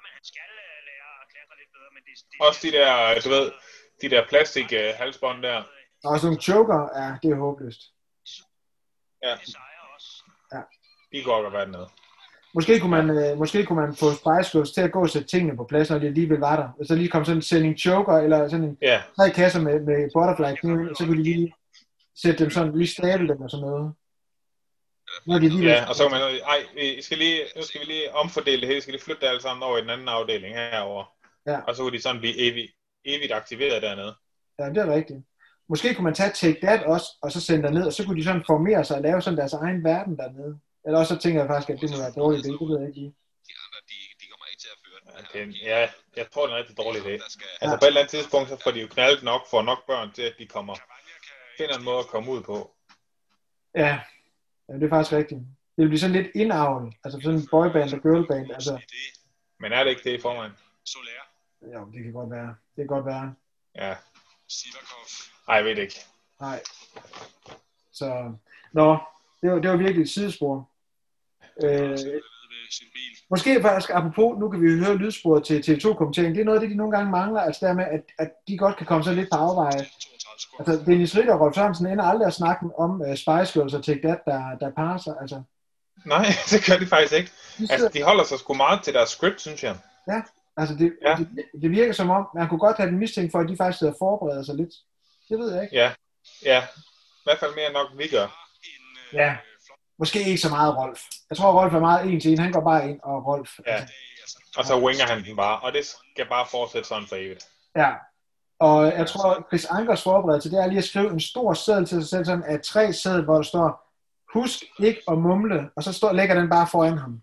Også de der, du ved, de der plastik uh, halsbånd der. Og sådan nogle choker, ja, det er håbløst. Ja. Ja. De går godt være dernede. Måske kunne man, øh, måske kunne man få Spice Girls til at gå og sætte tingene på plads, når de alligevel var der. Hvis der lige kom sådan en sending choker, eller sådan en Ja, tre kasser med, med butterfly knive, så kunne de lige sætte dem sådan, lige stable dem og sådan noget. Når de alligevel... ja, og så kan man, ej, vi skal lige, nu skal vi lige omfordele det hele, skal lige flytte det alle sammen over i den anden afdeling herover. Ja. Og så kunne de sådan blive evigt, evigt aktiveret dernede. Ja, det er rigtigt. Måske kunne man tage Take That også, og så sende ned, og så kunne de sådan formere sig og lave sådan deres egen verden dernede. Eller også så tænker jeg faktisk, at det må være en dårlig idé, det ved jeg ikke lige. De andre, de, de kommer ikke til at føre den. Ja, det er en, ja, jeg tror, det er en rigtig dårlig idé. Der skal, Altså på et eller andet tidspunkt, så får de jo knaldet nok, får nok børn til, at de kommer, finder en måde at komme ud på. Ja, ja det er faktisk rigtigt. Det vil blive sådan lidt indavl, altså sådan en boyband og girlband. Altså, Men er det ikke det i forvejen? Soler, ja, det kan godt være. Det kan godt være. Ja, Sivakov. ej, jeg ved det ikke. Nej. Så, nå, det var, det var virkelig et sidespor. Øh, Ved sin bil. måske faktisk, apropos, nu kan vi jo høre lydsporet til T V to-kommenteringen. Det er noget af det, de nogle gange mangler, altså dermed, at, at de godt kan komme så lidt på afveje. toogtredive sekunder. Altså, Dennis Ritter og Rolf Sørensen ender aldrig at snakke om uh, Spice Girls og Take That, der, der parer sig. Altså, Nej, det gør de faktisk ikke. de sidder, Altså, de holder sig sgu meget til deres script, synes jeg. altså det, Ja. det, det virker som om, man kunne godt have den mistænkt for, at de faktisk sidder og forbereder sig lidt. Det ved jeg ikke. Ja, ja. I hvert fald mere end nok vi gør. En, øh, Ja. Måske ikke så meget Rolf. Jeg tror, Rolf er meget en til en. Han går bare ind, og Rolf... Ja. Altså, Og så winger han den bare, og det skal bare fortsætte sådan for evigt. ja. Og jeg tror, Chris Ankers forberedelse, det er lige at skrive en stor seddel til sig selv, sådan af tre sædler, hvor der står, husk ikke at mumle, og så står, lægger den bare foran ham.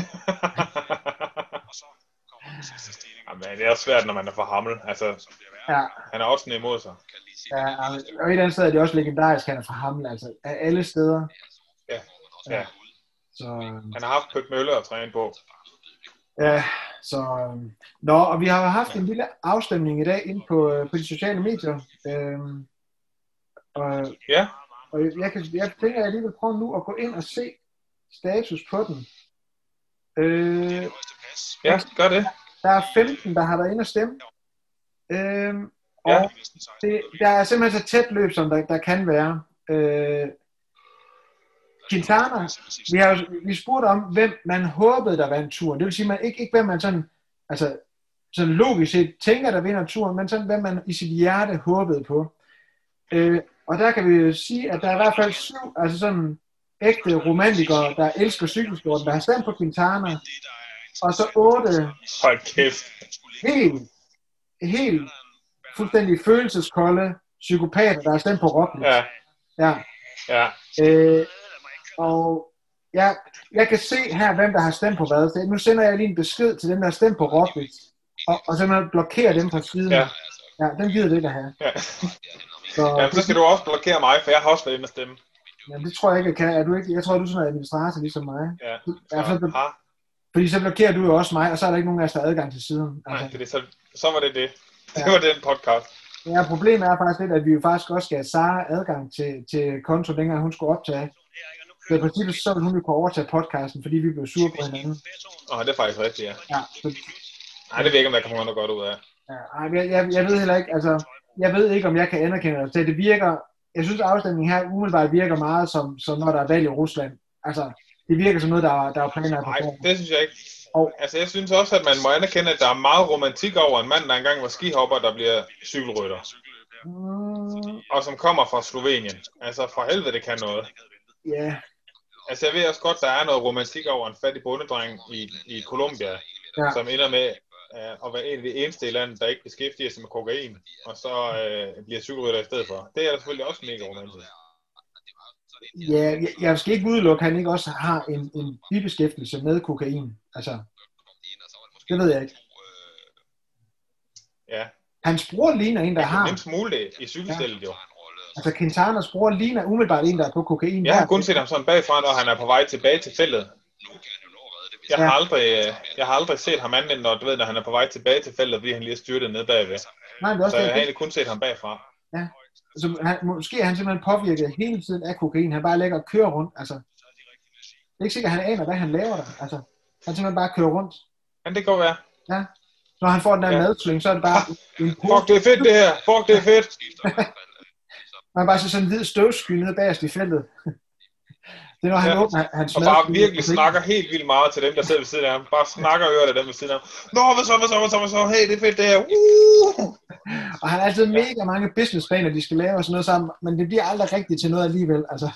Og så kommer den sidste stigning. Jamen, det er også svært, når man er for hammel. Altså, Som bliver værre. Ja, han er også imod sig. Kan lige se. ja, og et eller andet sted er det også legendarisk, han er fra Hamle, altså af alle steder. Ja, ja. Så Han har haft Pøt Mølle at træne på. ja, så... Øh, nå, og vi har jo haft en lille afstemning i dag inde på, øh, på de sociale medier. Øh, og, Ja. og jeg, kan, jeg tænker, at jeg lige vil prøve nu at gå ind og se status på den. Øh, Ja, gør det. Der er femten, der har været inde og stemme. Øh, og Ja. det, der er simpelthen så tæt løb, som der, der kan være. Øh, Quintana, vi har vi spurgte om, hvem man håbede, der vandt turen. Det vil sige, man ikke, ikke hvem man sådan, altså, sådan logisk set tænker, der vinder turen, men sådan, hvem man i sit hjerte håbede på. Øh, og der kan vi jo sige, at der er i hvert fald syv, altså sådan ægte romantikere, der elsker cykelsporten, der har stemt på Quintana, og så otte Hold kæft. helt, helt fuldstændig følelseskolde psykopater, der har stemt på Roglic. Ja. Ja. Ja. Øh, og ja, jeg kan se her, hvem der har stemt på hvad. Så nu sender jeg lige en besked til dem, der har stemt på Roglic, og, og simpelthen blokerer dem fra siden. Ja. Ja, den gider det ikke at have. Ja. Så, Jamen, så skal du også blokere mig, for jeg har også været inde og stemme. jamen, det tror jeg ikke, jeg kan. Er du ikke? Jeg tror, du er sådan en administrator ligesom mig. Ja. Ja, Så, så, ha. fordi så blokerer du jo også mig, og så er der ikke nogen af os, der har adgang til siden. Nej, Altså, det er så, så var det det. Det Ja. var den podcast. ja, problemet er faktisk lidt, at vi jo faktisk også skal have Sara adgang til, til konto, dengang hun skulle optage. Så i princippet så ville hun jo kunne overtage podcasten, fordi vi blev sure på hinanden. Åh, det er faktisk rigtigt, ja. Ja, så, Nej, det ved jeg ikke, om der kommer noget godt ud af. ja, ej, jeg, jeg, jeg ved heller ikke, altså, jeg ved ikke, om jeg kan anerkende det. Det virker, jeg synes, afstemningen her umiddelbart virker meget som, som når der er valg i Rusland. Altså, det virker som noget, der, er- der er planlagt på Nej, forhånd. det synes jeg ikke. Og- Altså, jeg synes også, at man må anerkende, at der er meget romantik over en mand, der engang var skihopper, der bliver cykelrytter. Mm, Og som kommer fra Slovenien. Altså, for helvede, det kan noget. ja, Altså, jeg ved også godt, der er noget romantik over en fattig bondedreng i, i Colombia, ja. som ender med uh, at være en af de eneste i landet, der ikke beskæftiger sig med kokain, og så uh, bliver cykelrytter i stedet for. Det er da selvfølgelig også mega romantisk. Ja, jeg, jeg skal ikke udelukke, at han ikke også har en, en bibeskæftigelse med kokain. Altså, det ved jeg ikke. Ja, Hans bror ligner en, der jeg kan har. nemt smule det i cykelstillet jo. Altså, Quintanas bror ligner umiddelbart en, der er på kokain. Jeg har kun set ham sådan bagfra, når han er på vej tilbage til feltet. Jeg har Ja. aldrig, øh, jeg har aldrig set ham andet, end når, du ved, når han er på vej tilbage til feltet, fordi han lige er styrtet ned bagved. Nej, det er også Så jeg det. har egentlig kun set ham bagfra. Så han, måske er han simpelthen påvirket hele tiden af kokain. Han bare ligger og kører rundt. Altså, det er ikke sikkert, at han aner, hvad han laver der. Altså, han simpelthen bare kører rundt. Men det kan være. Ja. Når han får den der Ja. madslyng, så er det bare en pose. Fuck, det er fedt det her. Fuck, det er fedt. Han bare så sådan en hvid støvsky nede bagerst i feltet. Det er når han Ja. åbner hans Og bare virkelig snakker helt vildt meget til dem, der sidder ved siden af ham. Bare snakker og hører af dem ved siden af ham. Nå, hvad så, hvad så, hvad så, hvad så? Hey, det er fedt det her. Uh! Og han har altid mega mange businessplaner, de skal lave og sådan noget sammen, men det bliver aldrig rigtigt til noget alligevel. Altså,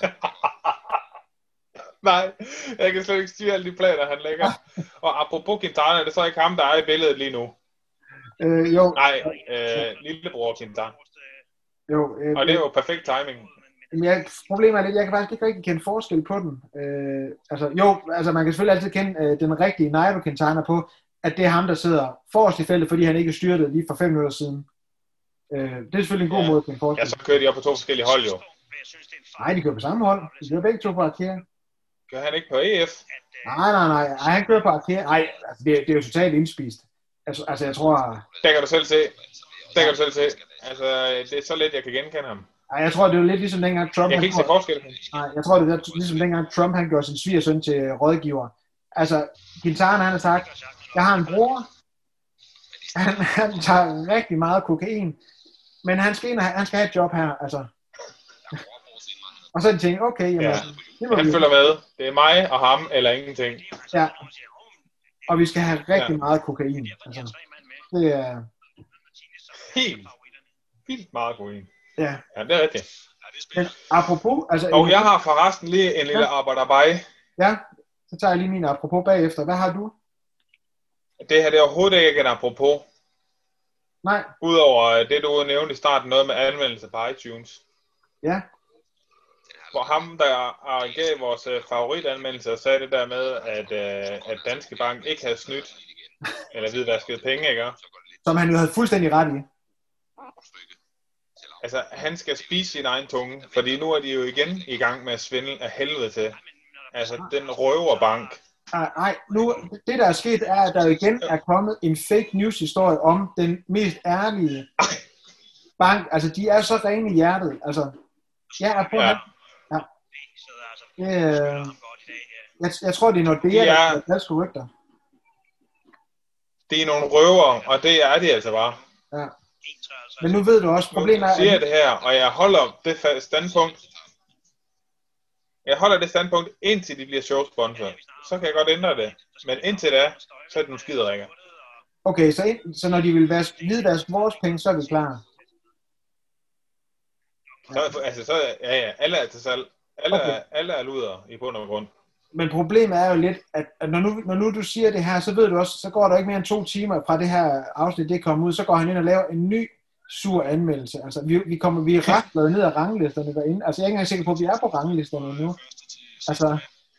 Nej, jeg kan slet ikke styre alle de planer, han lægger. Og apropos Quintana, det er så ikke ham, der er i billedet lige nu. øh, jo, Nej, øh, lillebror Quintana. jo. Øh, Og det er jo perfekt timing. Men jeg, problemet er lidt, jeg kan faktisk ikke rigtig kende forskel på den. Øh, altså, jo, altså man kan selvfølgelig altid kende øh, den rigtige Nairo Quintana på, at det er ham, der sidder forrest i feltet, fordi han ikke er styrtet lige for fem minutter siden. Øh, det er selvfølgelig en god Ja. måde at kende forskel. Ja, så kører de op på to forskellige hold jo. Nej, de kører på samme hold. De kører begge to på Arkea. Kører han ikke på E F? Nej, nej, nej. Ej, han kører på Arkea. Nej, altså, det, det er jo totalt indspist. Altså, altså jeg tror... Der kan du selv se. Der kan du selv se. Altså, det er så let, jeg kan genkende ham. Ej, jeg tror, det er jo lidt ligesom dengang Trump... Jeg kan han ikke se gjorde- forskel. Nej, jeg tror, det er ligesom dengang Trump, han gjorde sin svigersøn til rådgiver. Altså, Quintana, han har sagt, jeg har en bror, han, han tager rigtig meget kokain, men han skal, ind og have, han skal have et job her, altså. Og så er de tænkt, okay, jamen, Ja. det må Han vi, følger med. Det er mig og ham, eller ingenting. ja. Og vi skal have rigtig Ja. meget kokain. Altså, det er, Helt. Vildt meget god en. ja. Ja, det er rigtigt. Men apropos, altså, Og jeg har forresten lige en lille arbejderbej. ja, så tager jeg lige min apropos bagefter. Hvad har du? Det her det er overhovedet ikke en apropos. Nej, Udover det, du nævnte i starten, noget med anmeldelse på iTunes. ja, Hvor ham, der gav vores øh, favoritanmeldelse, sagde det der med, at, øh, at Danske Bank ikke havde snydt, eller hvidvasket penge, ikke? som han jo havde fuldstændig ret i. Altså, han skal spise sin egen tunge, fordi nu er de jo igen i gang med at svindle af helvede til. Altså, den røverbank, Nej, nu, det der er sket, er, at der igen er kommet en fake news historie om den mest ærlige bank. Altså, de er så rene i hjertet. Altså, jeg er på Ja. ja. Ja. Det, øh, jeg, jeg tror, det er Nordea, De der er- er falske rygter. Det er nogle røver, og det er de altså bare. Ja. Men nu ved du også, problemet Nu er, siger jeg at det her, og jeg holder det fa- standpunkt. Jeg holder det standpunkt, indtil de bliver showsponsor. Så kan jeg godt ændre det. Men indtil da, så er det nogle skiderikker. okay, så, ind, så når de vil vaske, hvidvaske vores penge, så er vi klar. Så, altså, så er- ja, ja, alle er til salg. Alle, Okay. er, alle er luder i bund og grund. Men problemet er jo lidt, at, at når, nu, når nu du siger det her, så ved du også, så går der ikke mere end to timer fra det her afsnit, det kommer ud, så går han ind og laver en ny sur anmeldelse. Altså, vi, vi, kommer, vi er ret blevet ned af ranglisterne derinde. Altså, jeg er ikke engang sikker på, at vi er på ranglisterne nu. Altså,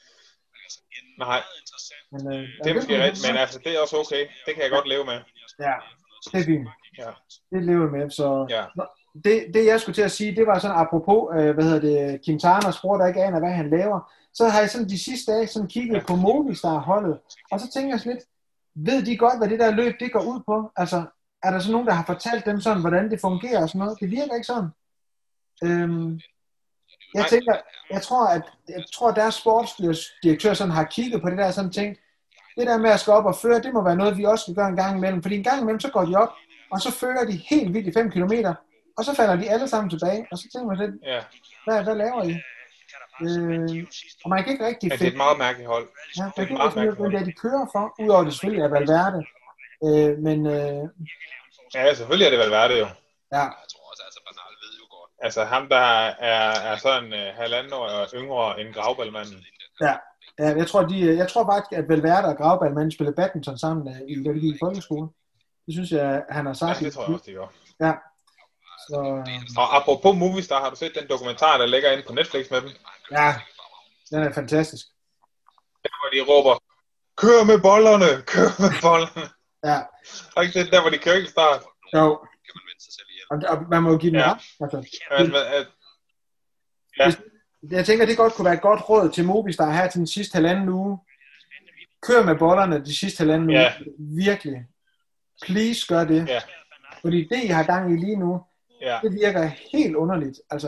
Nej, men, øh, det er måske rigtigt, men altså, det er også okay. Det kan jeg godt leve med. Ja, det er fint. Ja. Det lever jeg med, så... Ja. Nå, Det, det, jeg skulle til at sige, det var sådan apropos, øh, hvad hedder det, Quintanas bror, der ikke aner, hvad han laver. Så har jeg sådan de sidste dage sådan kigget på Movistar-holdet, og så tænker jeg sådan lidt, ved de godt, hvad det der løb, det går ud på? Altså, er der så nogen, der har fortalt dem sådan, hvordan det fungerer og sådan noget? Det virker ikke sådan. Øhm, jeg Nej. tænker, jeg tror, at jeg tror, at deres sportsdirektør sådan har kigget på det der sådan tænkt, det der med at skal op og føre, det må være noget, vi også skal gøre en gang imellem. Fordi en gang imellem, så går de op, og så fører de helt vildt i fem kilometer, og så falder de alle sammen tilbage, og så tænker man lidt, Ja, hvad, hvad laver I? Øh, og man kan ikke rigtig men det er finde, et meget mærkeligt hold. ja, man det er kan et ikke meget rigtig finde, mærkeligt hvem det er, de kører for, udover det selvfølgelig er Valverde. Øh, men øh, Ja, selvfølgelig er det vel værd det jo. ja, Jeg tror også, altså Bernal ved jo godt. Altså ham, der er, er sådan uh, halvanden år yngre end Gravballmanden. ja, ja, jeg tror, de, jeg tror faktisk, at Valverde og Gravballmanden spillede badminton sammen øh, i det i folkeskole. Det synes jeg, han har Ja, sagt. det tror jeg også, det gør. Ja. Så, Og apropos Movistar, har du set den dokumentar, der ligger inde på Netflix med dem? ja, den er fantastisk. Der hvor de råber, kør med bollerne, kør med bollerne. Ja, Og ikke det der, hvor de kører ikke start. jo, Kan man vende sig selv ihjel. og, og man må jo give dem Ja. ret. Altså, Altså, men, at, ja, jeg tænker, det godt kunne være et godt råd til Movistar her til den sidste halvanden uge. Kør med bollerne de sidste halvanden uge. Ja. Virkelig. Please gør det. ja, Fordi det, I har gang i lige nu, ja, det virker helt underligt. Altså,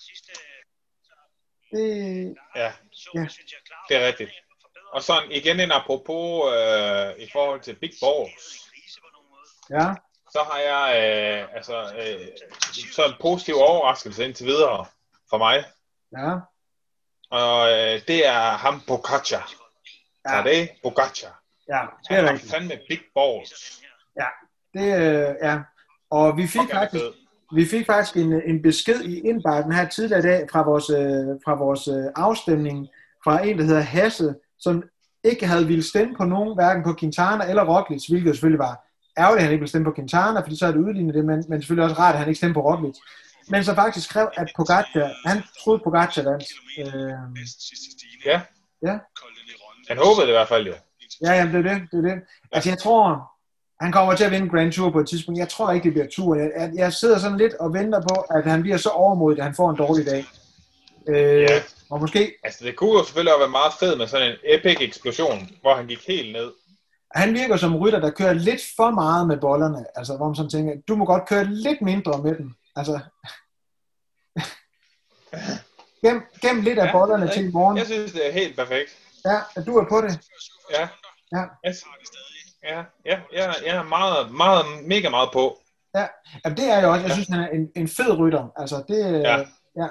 det, ja, ja, det er rigtigt. Og sådan igen en apropos øh, i forhold til Big Balls. ja, Så har jeg øh, altså øh, så en positiv overraskelse indtil videre for mig. ja, Og øh, det er ham Pogacar. Ja. ja, det Pogacar. ja, det Han er har rigtigt. fandme Big Balls. Det, øh, ja. Og vi fik Fuck, han er faktisk, fed. vi fik faktisk en, en besked i indbakken her tidligere i dag fra vores, øh, fra vores øh, afstemning fra en, der hedder Hasse, som ikke havde ville stemme på nogen, hverken på Quintana eller Roglic, hvilket selvfølgelig var ærgerligt, at han ikke ville stemme på Quintana, fordi så er det udlignet det, men, men selvfølgelig også rart, at han ikke stemte på Roglic. Men så faktisk skrev, at Pogacar, han troede Pogacar vandt. Øh, Ja. Ja. Han håbede det i hvert fald jo. ja, jamen det er det, det er det. Altså jeg tror, han kommer til at vinde Grand Tour på et tidspunkt. Jeg tror ikke, det bliver tur. Jeg, jeg, jeg sidder sådan lidt og venter på, at han bliver så overmodig, at han får en dårlig dag. Øh, Ja. Og måske, Altså det kunne jo selvfølgelig også være meget fedt med sådan en epic eksplosion, hvor han gik helt ned. han virker som rytter, der kører lidt for meget med bollerne. Altså hvor man sådan tænker, du må godt køre lidt mindre med dem. Altså, gem, gem lidt af Ja, bollerne jeg- til i morgen. Jeg synes, det er helt perfekt. Ja, at du er på det. Ja. Ja. Jeg, ja, ja, jeg, jeg er meget, meget, mega meget på. Ja, jamen, det er jeg også. Jeg synes, han er en, en fed rytter. Altså, det, Ja. ja. ja.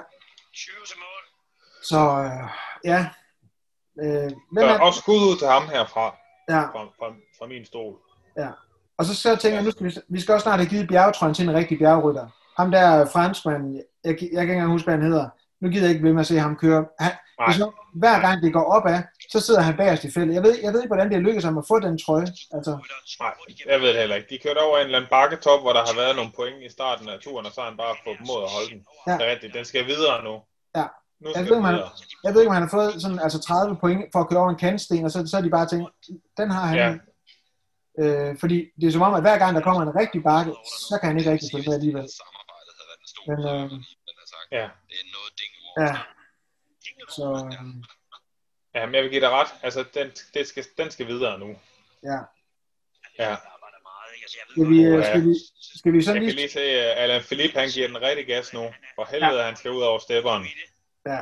Så, øh, ja. Øh, hvem Så er, også skud ud til ham herfra, ja. fra, fra, fra min stol. Og så, så tænker jeg, nu skal vi, vi skal også snart have givet bjergetrøjen til en rigtig bjergrytter. Ham der franskmand, jeg, jeg kan ikke engang huske, hvad han hedder. Nu gider jeg ikke ved med at se ham køre. Han, Nej. så, hver gang det går opad, så sidder han bagerst i feltet. Jeg ved, jeg ved ikke, hvordan det er lykkedes ham at få den trøje. Altså, Nej, jeg ved det heller ikke. De kørte over en eller anden bakketop, hvor der har været nogle point i starten af turen, og så har han bare fået mod at holde den. Ja. Det er rigtigt. Den skal videre nu. Ja. Nu Jeg skal ved, den man- videre. jeg ved ikke, om han har fået sådan, altså tredive point for at køre over en kantsten, og så, så er de bare tænkt, den har han. Ja. Øh, fordi det er som om, at hver gang der kommer en rigtig bakke, så kan han ikke rigtig følge med alligevel. Samarbejdet havde været en stor Men, øh, den har sagt, Ja. det er noget ding Ja. Så, øh, Ja, men jeg vil give dig ret. Altså, den, det skal, den skal videre nu. Ja. Ja. Skal vi, Uh, skal vi, skal vi sådan jeg lige... kan lige se, at Alain Philippe, han giver den rigtig gas nu. For helvede, ja. Han skal ud over stepperen. Ja.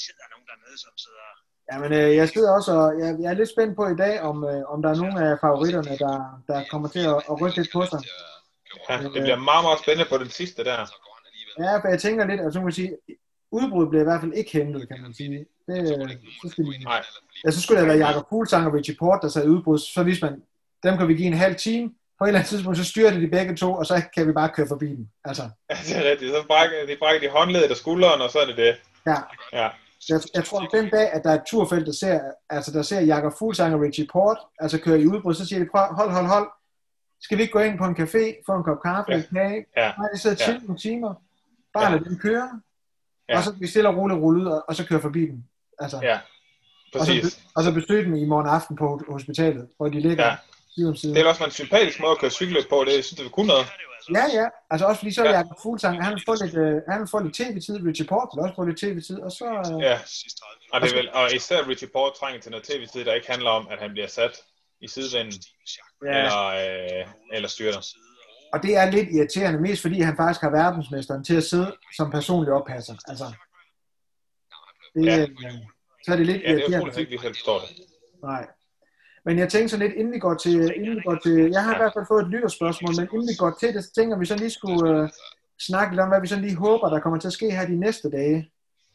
Ja, men øh, jeg sidder også og jeg, jeg er lidt spændt på i dag, om, øh, om der er nogle af favoritterne, der, der kommer til at, at rykke lidt på sig. Ja, det bliver meget, meget spændende på den sidste der. Ja, for jeg tænker lidt, altså man kan sige, udbruddet bliver i hvert fald ikke hentet, kan man sige. Det, så, skal de, Nej. Ja, så skulle det være Jakob Fuglsang og Richie Porte, der sagde udbrud, så hvis man, dem kan vi give en halv time, på et eller andet tidspunkt, så styrer de begge to, og så kan vi bare køre forbi dem. Altså. Ja, det er rigtigt. Så brækker de, brækker de håndledet og skulderen, og så er det det. Ja. Ja. Jeg, jeg tror, at den dag, at der er et turfelt, der ser, altså der ser Jakob Fuglsang og Richie Porte, altså kører i udbrud, så siger de, prøv, hold, hold, hold, skal vi ikke gå ind på en café, få en kop kaffe, ja. en kage? Ja. Nej, de sidder chill ja. nogle timer, bare ja. lade dem køre, ja. og så vi stille og roligt rulle ud, og, og så køre forbi dem. Altså. Ja, præcis. Og så, og så besøge dem i morgen aften på hospitalet, hvor de ligger ja. side om side. Det er også en sympatisk måde at køre cykelløb på, det synes jeg, det kunne noget. Ja, ja. Altså også fordi så er ja. Jakob Fuglsang, han har fået lidt, uh, han har fået lidt tv-tid, Richie Porte vil også få lidt tv-tid, og så... Uh, ja, og, det er vel, og især Richie Porte trænger til noget tv-tid, der ikke handler om, at han bliver sat i sidevinden, ja. eller, øh, eller styrter. Og det er lidt irriterende, mest fordi han faktisk har verdensmesteren til at sidde som personlig oppasser. Altså, det, ja. uh, så er det lidt ja, irriterende. Ja, det er utroligt, at vi selv forstår det. Nej. Men jeg tænker så lidt, inden vi går til, inden vi går til, jeg har i hvert fald fået et lytterspørgsmål, men inden vi går til det, så tænker vi så lige skulle uh, snakke lidt om, hvad vi så lige håber, der kommer til at ske her de næste dage.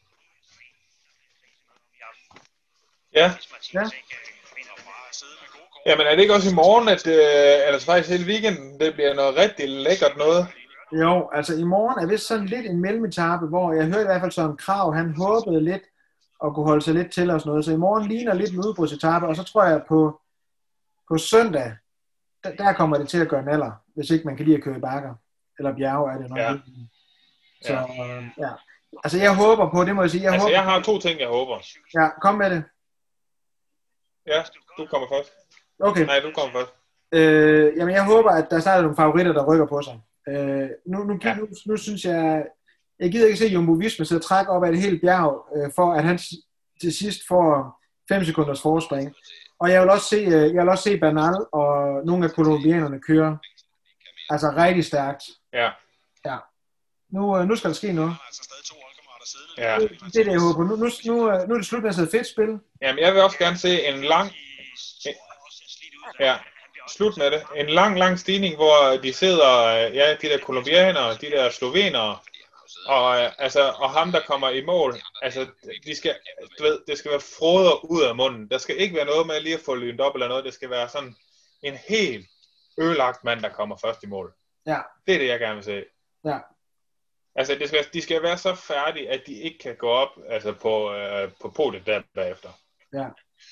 Ja. Ja. Jamen er det ikke også i morgen, at, øh, eller faktisk hele weekenden, det bliver noget rigtig lækkert noget? Jo, altså i morgen er vist sådan lidt en mellemetappe, hvor jeg hørte i hvert fald sådan en Krav, han håbede lidt, og kunne holde sig lidt til og sådan noget. Så i morgen ligner lidt en udbrudsetappe, og så tror jeg på, på søndag, der, der kommer det til at gøre naller, hvis ikke man kan lide at køre i bakker. Eller bjerge er det nok. Ja. Så ja. ja. Altså jeg håber på, det må jeg sige. Jeg altså håber, jeg har to ting, jeg håber. Ja, kom med det. Ja, du kommer først. Okay. Nej, du kommer først. Øh, jamen jeg håber, at der snart er nogle favoritter, der rykker på sig. Øh, nu, nu, ja. nu, nu synes jeg, jeg gider ikke se Jumbo Visma sidde og trække op af et helt bjerg, øh, for at han til sidst får fem sekunders forspring. Og jeg vil også se, øh, jeg vil også se Bernal og nogle af kolumbianerne køre altså rigtig stærkt. Ja. Ja. Nu, øh, nu skal der ske noget. Ja. Det, det er det, jeg håber. Nu, nu, nu, nu er det slut med at sidde fedt spil. Jamen jeg vil også gerne se en lang, ja, slut med det. En lang, lang stigning, hvor de sidder, ja, de der kolumbianere, de der slovenere, og, altså, og ham, der kommer i mål, altså, de skal, du ved, det skal være froder ud af munden. Der skal ikke være noget med lige at få lynet op eller noget. Det skal være sådan en helt ødelagt mand, der kommer først i mål. Ja. Det er det, jeg gerne vil se. Ja. Altså, det skal, de skal være så færdige, at de ikke kan gå op altså på, øh, på podiet der bagefter. Ja.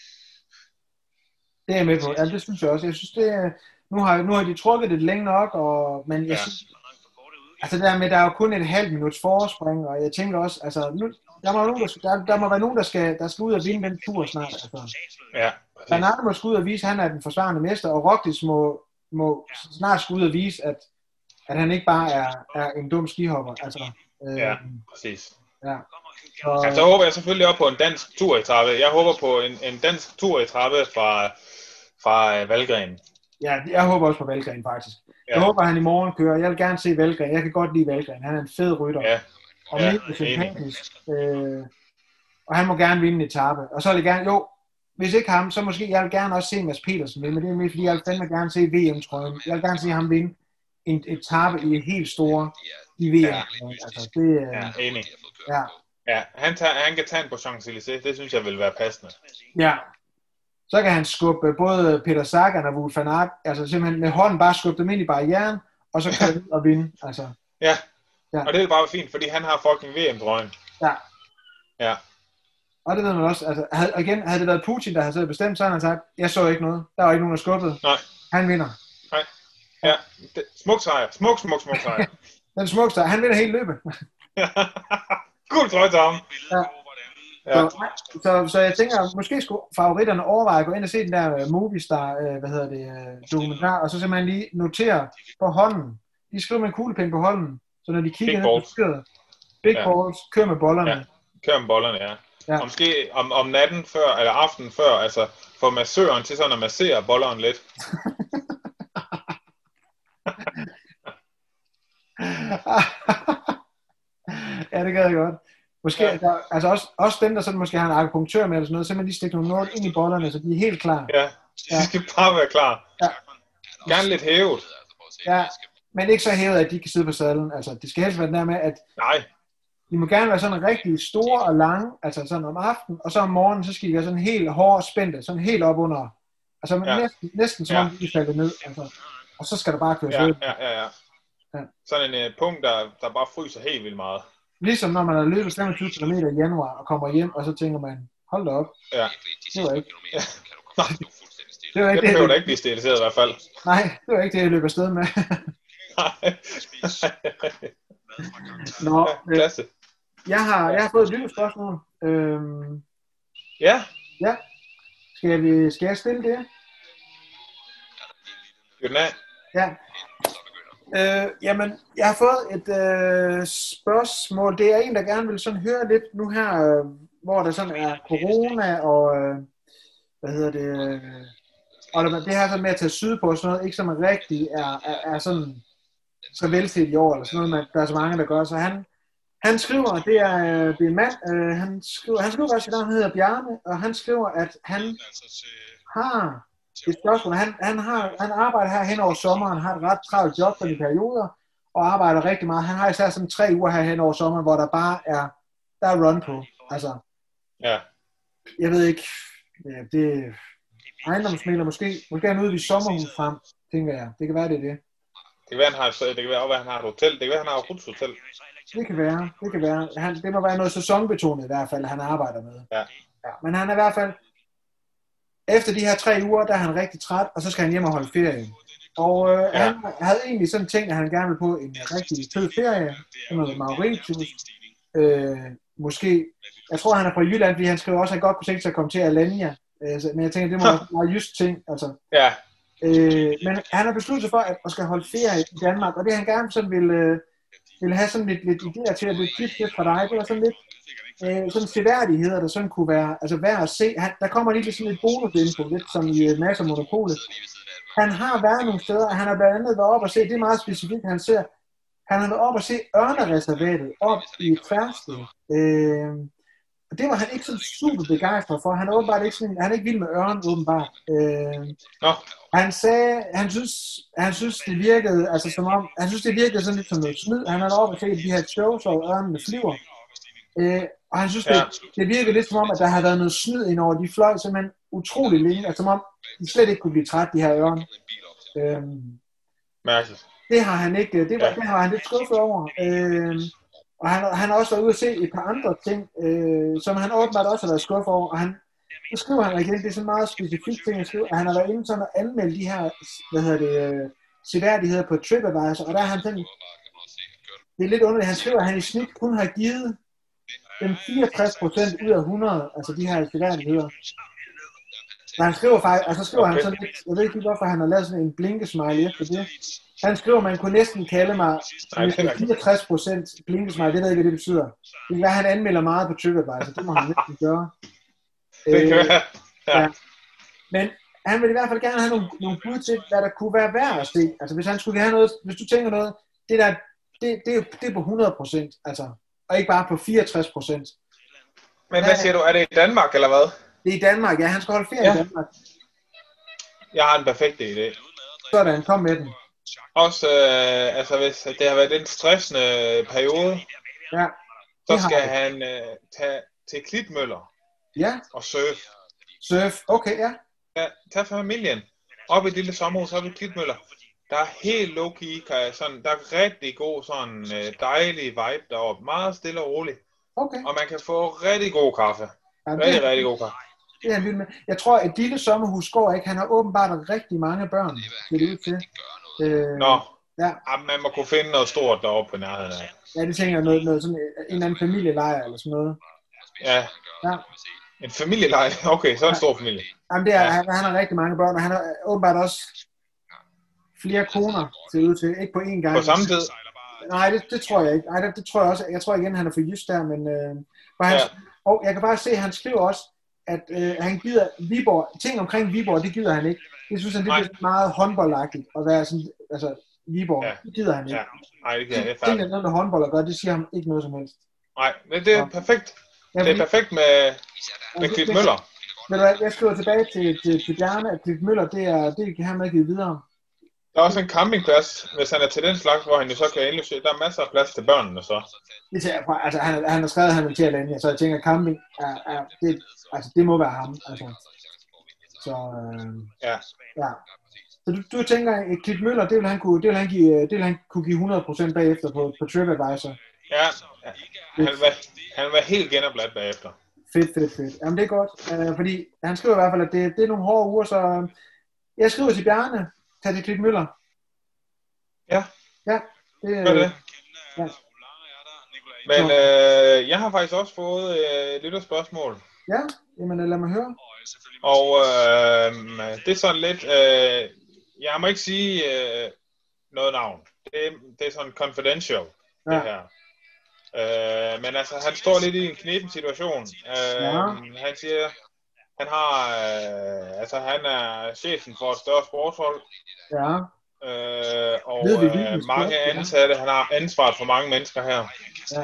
Det er jeg med på. Ja, det synes jeg også. Jeg synes, det er, nu har, nu har de trukket det længe nok, og, men jeg ja. synes, altså der med, der er jo kun et halvt minuts forspring, og jeg tænker også, altså, nu, der, må nogen, der, der, der må være nogen, der skal, der skal ud og vinde den tur snart. Altså. Ja, Bernardo må skulle ud og vise, at han er den forsvarende mester, og Roglic må, må snart skulle ud og vise, at, at han ikke bare er, er en dum skihopper. Altså, øh, ja, præcis. Ja. Så, altså, så håber jeg selvfølgelig også på en dansk turetappe. Jeg håber på en, en dansk turetappe fra, fra uh, Valgren. Ja, jeg håber også på Valgren faktisk. Ja. Jeg håber, at han i morgen kører. Jeg vil gerne se Valgren. Jeg kan godt lide Valgren. Han er en fed rytter. Ja. Og ja, mega sympatisk. Øh, og han må gerne vinde en etape. Og så vil jeg gerne, jo, hvis ikke ham, så måske, jeg vil gerne også se Mads Petersen vinde. Men det er mere, fordi jeg vil fandme gerne se V M-trøjen. Jeg vil gerne se ham vinde en etape i et helt store i V M. Ja. Altså, det, øh, ja, enig. Ja. Ja, han, tager, han kan tage en på Champs-Élysées. Det synes jeg vil være passende. Ja. Så kan han skubbe både Peter Sagan og Wout van Aert, altså simpelthen med hånden bare skubbe dem ind i barrieren, og så kan han og vinde. Altså. Ja. ja, og det er bare fint, fordi han har fucking V M-trøjen. Ja. Ja. Og det ved man også, altså havde, igen, havde det været Putin, der havde siddet bestemt, så havde han sagt, jeg så ikke noget, der var ikke nogen, der skubbede. Nej. Han vinder. Nej. Ja, det, smuk sejr. Smuk, smuk, smuk sejr. Den smuk sejr, han vinder hele løbet. Cool trøje til ham. Ja. Ja. Så, så, så jeg tænker, måske skulle favoritterne overveje at gå ind og se den der uh, Movistar, uh, hvad hedder det, uh, dokumentar, og så simpelthen lige notere på hånden. De skriver med en kuglepen på hånden, så når de kigger Big ned på styret, big ja. balls, kør med bollerne. Ja, kør med bollerne, ja. Ja. Og måske om, om natten før, eller aftenen før, altså få massøren til sådan at massere bolleren lidt. Ja, det gør jeg godt. Måske, ja. der, altså også, også dem, der sådan måske har en akupunktør med eller sådan noget, så man lige stikke nogle nåle ind i bollerne, så de er helt klar. Ja, de ja. skal bare være klar. Ja. Gerne lidt hævet. Ja, men ikke så hævet, at de kan sidde på sadlen. Altså, det skal helst være den der med, at nej. De må gerne være sådan rigtig store og lange, altså sådan om aftenen, og så om morgenen, så skal de være sådan helt hårde og spændte, sådan helt op under, altså ja. næsten, næsten som ja. om de falder ned, altså, og så skal der bare køres ja, ud. Ja, ja, ja. ja. Sådan en uh, punkt, der, der bare fryser helt vildt meget. Ligesom når man har løbet femogtyve kilometer i januar, og kommer hjem, og så tænker man, hold da op. Ja. Det var ikke. Ja. Nej. Det var ikke det, det, det da ikke blive stiliseret i hvert fald. Nej, det var ikke det, jeg løb afsted med. Nej. Nå, ja, klasse. Jeg har, jeg har fået et lille spørgsmål. Øhm, ja. Ja. Skal, vi, skal jeg stille det? Godnat. Ja. Øh, jamen, jeg har fået et øh, spørgsmål. Det er en, der gerne vil sådan høre lidt nu her, øh, hvor der sådan er corona og, øh, hvad hedder det, øh, og det her sådan med at tage syd på og sådan noget, ikke som rigtig er, er, er sådan så velset i år, eller sådan noget, man, der er så mange, der gør. Så han, han skriver, det er, det er en mand, øh, han skriver, han skriver faktisk, at han hedder Bjarne, og han skriver, at han har et spørgsmål. Han, han, har, han arbejder her hen over sommeren, har et ret travlt job for de perioder, og arbejder rigtig meget. Han har især sådan tre uger her hen over sommeren, hvor der bare er, der er run på. Altså, ja. Jeg ved ikke, ja, det ejendomsmægler måske, måske er han ude i sommerhus frem, tænker jeg. Det kan være, det er det. Det kan være, han har, det kan være, at han har et hotel. Det kan være, han har et rutshotel. Det kan være, det kan være. Han, det må være noget sæsonbetonet i hvert fald, han arbejder med. Ja. Ja, men han er i hvert fald, efter de her tre uger, der er han rigtig træt, og så skal han hjem og holde ferie. Og øh, ja. Han havde egentlig sådan tænkt, at han gerne ville på en rigtig fed ferie, sådan noget Mauritius. Øh, måske, jeg tror, han er fra Jylland, fordi han skriver også, at han godt kunne tænke sig at komme til Alanya. Øh, men jeg tænker, det må være meget just ting, altså. Ja. Øh, men han har besluttet sig for, at man skal holde ferie i Danmark, og det han gerne sådan vil, øh, vil have sådan lidt, lidt idéer til at blive tips fra dig. Det var sådan lidt øh, sådan seværdigheder, der sådan kunne være, altså værd at se. Han, der kommer lige sådan lidt bonusinfo, lidt som i uh, Mads og Monopolet. Han har været nogle steder, han har blandt andet været op og se, det er meget specifikt, han ser, han har været op og se Ørnereservatet op i Tværsted. Øh, Og det var han ikke så super begejstret for. Han er åbenbart ikke sådan, han er ikke vild med ørn, åbenbart. Øh, Nå. Han sagde, han synes, han synes, det virkede, altså som om, han synes, det virkede sådan lidt som noget snyd. Han havde over at se de her shows, hvor ørnene flyver. Øh, og han synes, ja. det, det virkede lidt som om, at der havde været noget snyd ind over. De fløj simpelthen utrolig længe, altså som om, de slet ikke kunne blive træt, de her ørne. Øh, Mærkeligt. Det har han ikke, det, var, ja. det har han lidt skuffet over. Øh, Og han, han har også været ude at se et par andre ting, øh, som han åbenbart også har været skuffet over. Og han, så skriver han igen, det er sådan en meget specifik ting, han skriver, at han har været inde sådan at anmelde de her, hvad hedder det, øh, seværdigheder på TripAdvisor. Og der er han sådan, det er lidt underligt, han skriver, at han i snit kun har givet dem fireogtres procent ud af hundrede, altså de her seværdigheder. Så han skriver faktisk, altså skriver okay. han sådan lidt, jeg ved ikke hvorfor han har lavet sådan en blinkesmiley efter det. Han skriver, man kunne næsten kalde mig fireogtres procent blinkesmiley, det ved jeg ikke, hvad det betyder. Det kan være, han anmelder meget på TripAdvisor, det må han næsten gøre. Det kan være, ja. ja. Men han vil i hvert fald gerne have nogle, nogle bud til, hvad der kunne være værd at se. Altså hvis han skulle have noget, hvis du tænker noget, det der, det, det, er, det er på hundrede procent, altså, og ikke bare på fireogtres procent. Men hvad siger du, er det i Danmark, eller hvad? Det er i Danmark, ja, han skal holde ferie ja. i Danmark. Jeg har en perfekt idé. Sådan, kom med den. Også, øh, altså hvis det har været en stressende periode, ja, så skal han øh, tage til Klitmøller ja. og surfe. Surf, okay, ja. ja. Tag familien op i et lille sommerhus op i Klitmøller. Der er helt low-key, sådan, der er rigtig god sådan øh, dejlig vibe deroppe. Meget stille og roligt. Okay. Og man kan få rigtig god kaffe. Ja, rigtig, rigtig god kaffe. Det er han vild med. Jeg tror, at lille sommerhus går ikke. Han har åbenbart rigtig mange børn. Det er ud til. Øh, Nå, ja. Ja, man må kunne finde noget stort deroppe på nærheden af. Ja, det tænker jeg, noget, noget sådan en eller anden familielejr eller sådan noget. Ja, ja. En familielejr? Okay, så er en stor familie. Jamen, det er, ja. han, han har rigtig mange børn, og han har åbenbart også flere koner til ud til. Ikke på én gang. På samme tid? Nej, det, det tror jeg ikke. Nej, det, det tror jeg også. Jeg tror igen, han er for jysk der, men... Øh, og, hans, ja. Og jeg kan bare se, at han skriver også, at øh, han gider Viborg, ting omkring Viborg, det gider han ikke. Det synes han, det bliver meget håndboldagtigt at være sådan, altså Viborg, Ja. det gider han ikke. Ja. Nej, det gider han ikke. Ting, der er noget med håndbold at gøre, det siger ham ikke noget som helst. Nej, det, det er Ja. perfekt. Ja, Det er perfekt med, med Klint Møller. Men jeg skriver tilbage til, til, til Bjarne, at Klint Møller, det er, det kan han ikke give videre. Der er også en campingplads, hvis han er til den slags, hvor han jo så kan indløse. Der er masser af plads til børnene så. Det tager, altså, han, han har skrevet, at han vil til at lande, så jeg tænker, camping, er, er, det, altså, det må være ham. Altså. Så, øh, Ja. ja. Så du, du tænker, at Klint Møller, det vil han kunne, det vil han give, det vil han kunne give hundrede procent bagefter på, på TripAdvisor. Ja, ja. Han var, han var helt genopladt bagefter. Fedt, fedt, fedt. Jamen det er godt, øh, fordi han skriver i hvert fald, at det, det er nogle hårde uger, så øh, jeg skriver til Bjarne, tag til Klint Møller. Ja. Ja, det, Gør det. Ja. Men øh, jeg har faktisk også fået øh, et lytterspørgsmål. Ja, jamen lad mig høre. Og øh, det er sådan lidt, øh, jeg må ikke sige øh, noget navn. Det, det er sådan confidential, ja. Det her. Øh, men altså, han står lidt i en knepen situation. Øh, Ja. Han siger, han har, øh, altså han er chefen for et større sportshold. Ja. Øh, og Ved vi, øh, hvilken mange sport det er? ansatte, han har ansvaret for mange mennesker her. Ja.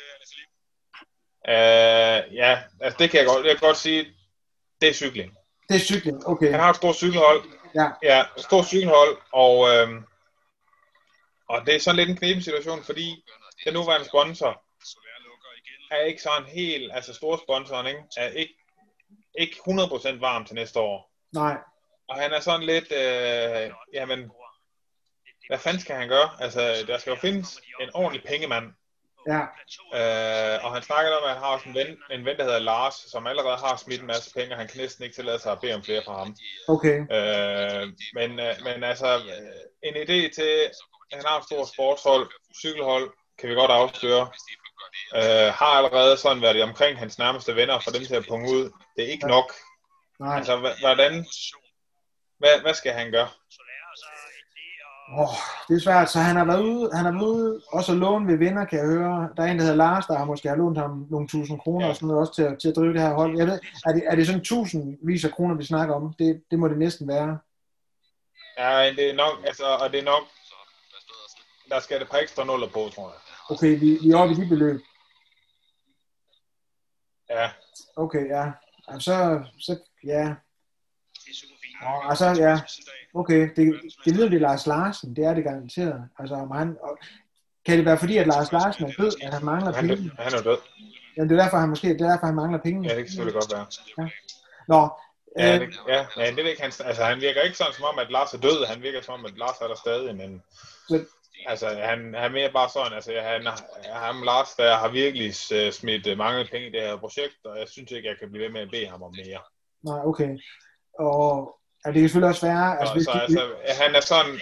Øh, ja, altså det kan jeg godt, jeg kan godt sige, det er cykling. Det er cykling, okay. Han har et stort cykelhold. Ja. Ja, et stort cykelhold, og, øh, og det er sådan lidt en knepen situation, fordi den nuværende sponsor er ikke sådan helt, altså store sponsoren, ikke, er ikke, ikke hundrede procent varm til næste år. Nej. Og han er sådan lidt, øh, jamen, hvad fanden skal han gøre? Altså, der skal jo findes en ordentlig pengemand. Ja. Øh, og han snakker om, at han har også en ven, en ven, der hedder Lars, som allerede har smidt en masse penge, og han kan næsten ikke tillade sig at bede om flere fra ham. Okay. Øh, men, øh, men altså, øh, en idé til, at han har et stort sportshold, cykelhold, kan vi godt afsløre. Øh, har allerede sådan været omkring hans nærmeste venner, for dem til at punge ud. Det er ikke nok. Nej. Altså, hvordan, hvad, hvad skal han gøre? Oh, det er svært, så han har været ude, han har været ude også at låne ved venner, kan jeg høre. Der er en, der hedder Lars, der har måske har lånt ham nogle tusind kroner, ja. Og sådan noget også til, at- til at drive det her hold. Jeg ved, er det, er det sådan tusindvis af kroner, vi snakker om? Det, det må det næsten være. Ja, det er nok, altså, og det er nok, der skal det par ekstra nuller på, tror jeg. Okay, vi, vi er oppe i de beløb. Ja, Okay, ja. Altså, så, så ja. Oh, altså, ja. Okay, det, det lyder, det er Lars Larsen, det er det garanteret. Altså, om han, og, kan det være fordi, at Lars Larsen er død, at han mangler han, penge? han er død. Ja, det er derfor, han måske, det er derfor, han mangler penge. Ja, det kan selvfølgelig godt være. Nå, Ja, øh, det, ja, ja, det ved ikke, han, altså, han virker ikke sådan som om, at Lars er død. Han virker som om, at Lars er der stadig, men Så- altså, han, han er mere bare sådan, altså, han, ham Lars, der har virkelig uh, smidt uh, mange penge i det her projekt, og jeg synes ikke, jeg kan blive ved med at bede ham om mere. nej, okay. Og ja, det kan selvfølgelig også være, altså, Så, hvis så det, altså, han er sådan,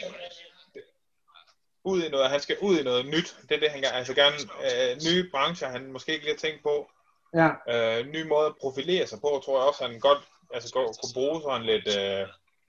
ud i noget, han skal ud i noget nyt. Det er det, han gerne, altså gerne øh, nye brancher, han måske ikke lige har tænkt på. ja, Øh, ny måde at profilere sig på, tror jeg også, han godt altså, godt kunne bruge sådan lidt, øh,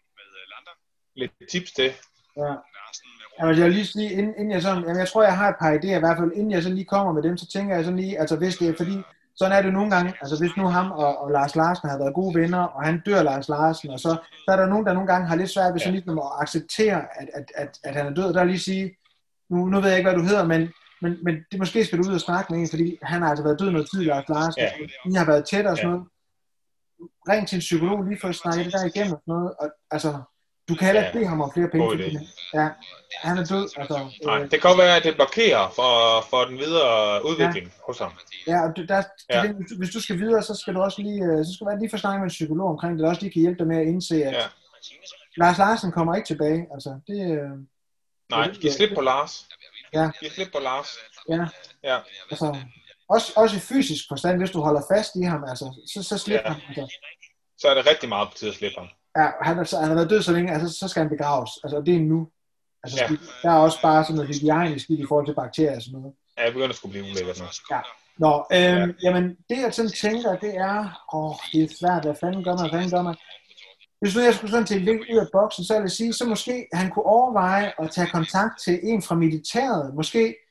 lidt tips til. ja. Jamen, jeg vil lige sige, inden, inden jeg sådan, jamen, jeg tror, jeg har et par idéer, i hvert fald, inden jeg så lige kommer med dem, så tænker jeg sådan lige, altså hvis det er fordi, sådan er det nogle gange, altså hvis nu ham og, og Lars Larsen har været gode venner, og han dør, Lars Larsen, og så, så er der nogen, der nogle gange har lidt svært ved sådan ligesom at acceptere, at, at, at, at han er død, og der lige sige, nu, nu ved jeg ikke, hvad du hedder, men, men, men det måske skal du ud og snakke med en, fordi han har altså været død noget tid, Lars Larsen, Ja. I har været tæt og sådan Ja. noget. Ring til en psykolog lige for at snakke det der igennem og sådan noget, og altså, du kan heller ikke Ja. bede ham om flere penge, God fordi, idé. ja, han er død, altså. Nej, øh, det kan godt være, at det blokerer for, for den videre udvikling ja. hos ham. Ja, og du- der, Ja. det, hvis du- hvis du skal videre, så skal du også lige, øh, så skal du lige få snakket med en psykolog omkring det, der også lige kan hjælpe dig med at indse, at Ja. Lars Larsen kommer ikke tilbage. Altså, det, øh, Nej, giv slip på Lars. Ja. Giv slip på Lars. ja, Ja, altså, også, også i fysisk forstand, hvis du holder fast i ham, altså, så, så slip Ja. ham. Altså, så er det rigtig meget på tide at slippe ham. ja, han, er, så- han har været død så længe, altså, så skal han begraves. Altså, det er nu. Altså, Ja. ja. Der er også bare sådan noget hygiejnisk i forhold til bakterier og sådan noget. Ja, jeg begynder at skulle blive ulækkert nu. Ja. Nå, øhm, Ja. ja. jamen, det jeg sådan tænker, det er, åh, det er svært, hvad fanden gør man, hvad fanden gør man? Hvis nu jeg skulle sådan tænke lidt ud af boksen, så vil jeg sige, så måske han kunne overveje at tage kontakt til en fra militæret, måske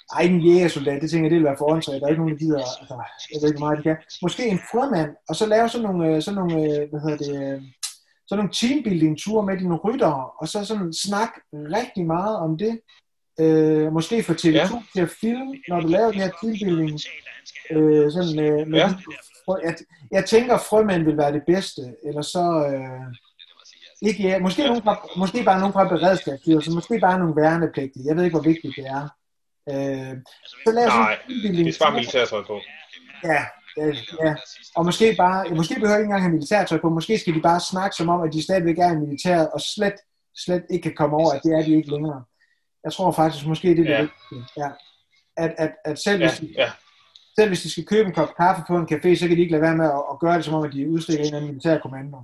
Ej, ikke en jægersoldat, det tænker jeg, det vil være for åndssvagt. Der er ikke nogen, der gider, altså, jeg ved ikke, hvor meget de kan. Måske en frømand, og så lave sådan nogle, sådan nogle hvad hedder det, sådan nogle teambuilding-ture med dine ryttere, og så sådan snak rigtig meget om det. Øh, måske for T V to ja. Til at filme, når du laver de her teambuilding. Øh, sådan, øh, med ja. de, jeg, jeg tænker, frømand vil være det bedste, eller så... Øh, ikke, ja, måske, ja. Nogen fra, måske bare nogen fra beredskabsstyrelsen, måske bare nogle værnepligtige. Jeg ved ikke, hvor vigtigt det er. Øh, så lad os Nej, det er bare militærtøj på. Ja, ja, ja. Og måske bare, måske behøver ikke engang have militærtøj på, måske skal de bare snakke som om, at de stadigvæk er i militæret, og slet, slet ikke kan komme over, at det er de ikke længere. Jeg tror faktisk, måske det er det ja. vigtige. Ja. At, at, at selv, ja, hvis de, ja. selv hvis de skal købe en kop kaffe på en café, så kan de ikke lade være med at, at gøre det som om, at de udstikker en eller anden militærkommando.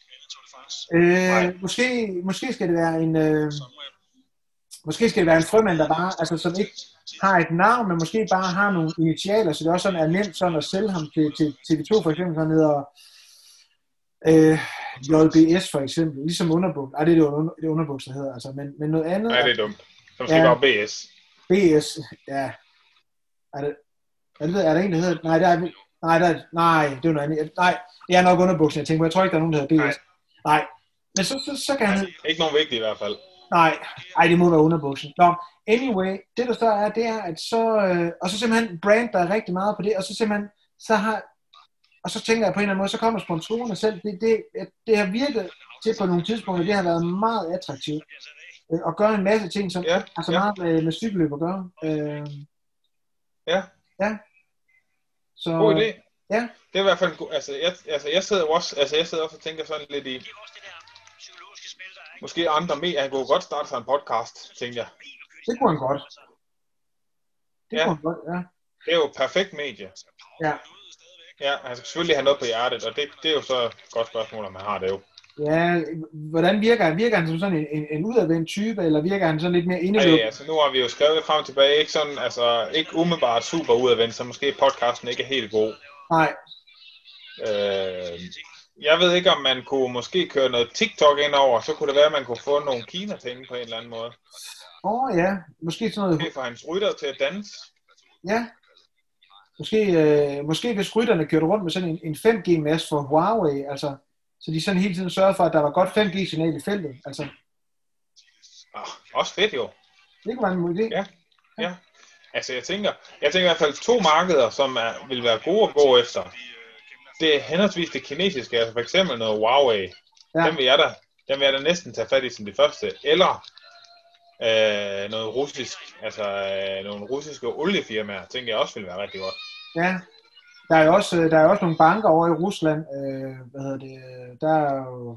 Øh, måske, måske skal det være en øh, måske skal det være en frømand, der bare, altså som ikke har et navn, men måske bare har nogle initialer, så det også sådan er nemt sådan at sælge ham til, til T V to for eksempel, sådan hedder øh, J B S for eksempel, ligesom underbuks. Ej, det er det, under, det underbuks, der hedder, altså, men, men noget andet. Nej, det er dumt. Som skal ja, bare B S. B S, ja. Er det, er det, er der en, der hedder, nej, der er, nej, der er, nej, det er noget andet. Nej, det er nok underbuksen, jeg tænker, jeg tror ikke, der er nogen, der hedder B S. Nej. Nej, men så, så, så kan han... Ikke nogen vigtigt i hvert fald. Nej, ej, det må være underbuksen. Nå, anyway, det der så er, det er, at så... Øh, og så simpelthen brand der er rigtig meget på det, og så simpelthen, så har... Og så tænker jeg på en eller anden måde, så kommer sponsorerne selv. Det, det, det har virket til på nogle tidspunkter, det har været meget attraktivt. Øh, at gøre en masse ting, som ja, har så ja. meget med, med cykelløb at gøre. Øh, ja. Ja. Så... God idé. Ja. Det er i hvert fald en god, altså jeg, altså jeg sidder også, altså jeg sidder også og tænker sådan lidt i, måske andre med, han kunne godt starte sig en podcast, tænker jeg. Det kunne han godt. Det ja. kunne han godt, ja. Det er jo et perfekt medie. Ja. Ja, han skal selvfølgelig have noget på hjertet, og det, det er jo så et godt spørgsmål, om han har det jo. Ja, hvordan virker han? Virker han som sådan en, en, en udadvendt type, eller virker han sådan lidt mere indelukket? Nej, altså nu har vi jo skrevet frem og tilbage, ikke sådan, altså ikke umiddelbart super udadvendt, så måske podcasten ikke er helt god. Nej. Øh, jeg ved ikke, om man kunne måske køre noget TikTok ind over, så kunne det være, at man kunne få nogle Kina-penge på en eller anden måde. Åh oh, ja, måske sådan noget... Måske få hans rytter til at danse. Ja. Måske, øh, måske hvis rytterne kørte rundt med sådan en, en fem G-mast for Huawei, altså, så de sådan hele tiden sørgede for, at der var godt fem G-signal i feltet, altså. Ah, også fedt jo. Det kunne være en idé. Ja, ja. Altså jeg tænker, jeg tænker i hvert fald to markeder, som er, vil være gode at gå efter. Det er henholdsvis det kinesiske, altså for eksempel noget Huawei. Ja. Dem vil jeg da, dem vil jeg da næsten tage fat i som det første. Eller øh, noget russisk, altså øh, nogle russiske oliefirmaer, tænker jeg også vil være rigtig godt. Ja, der er jo også, der er også nogle banker over i Rusland, øh, hvad hedder det, der er jo,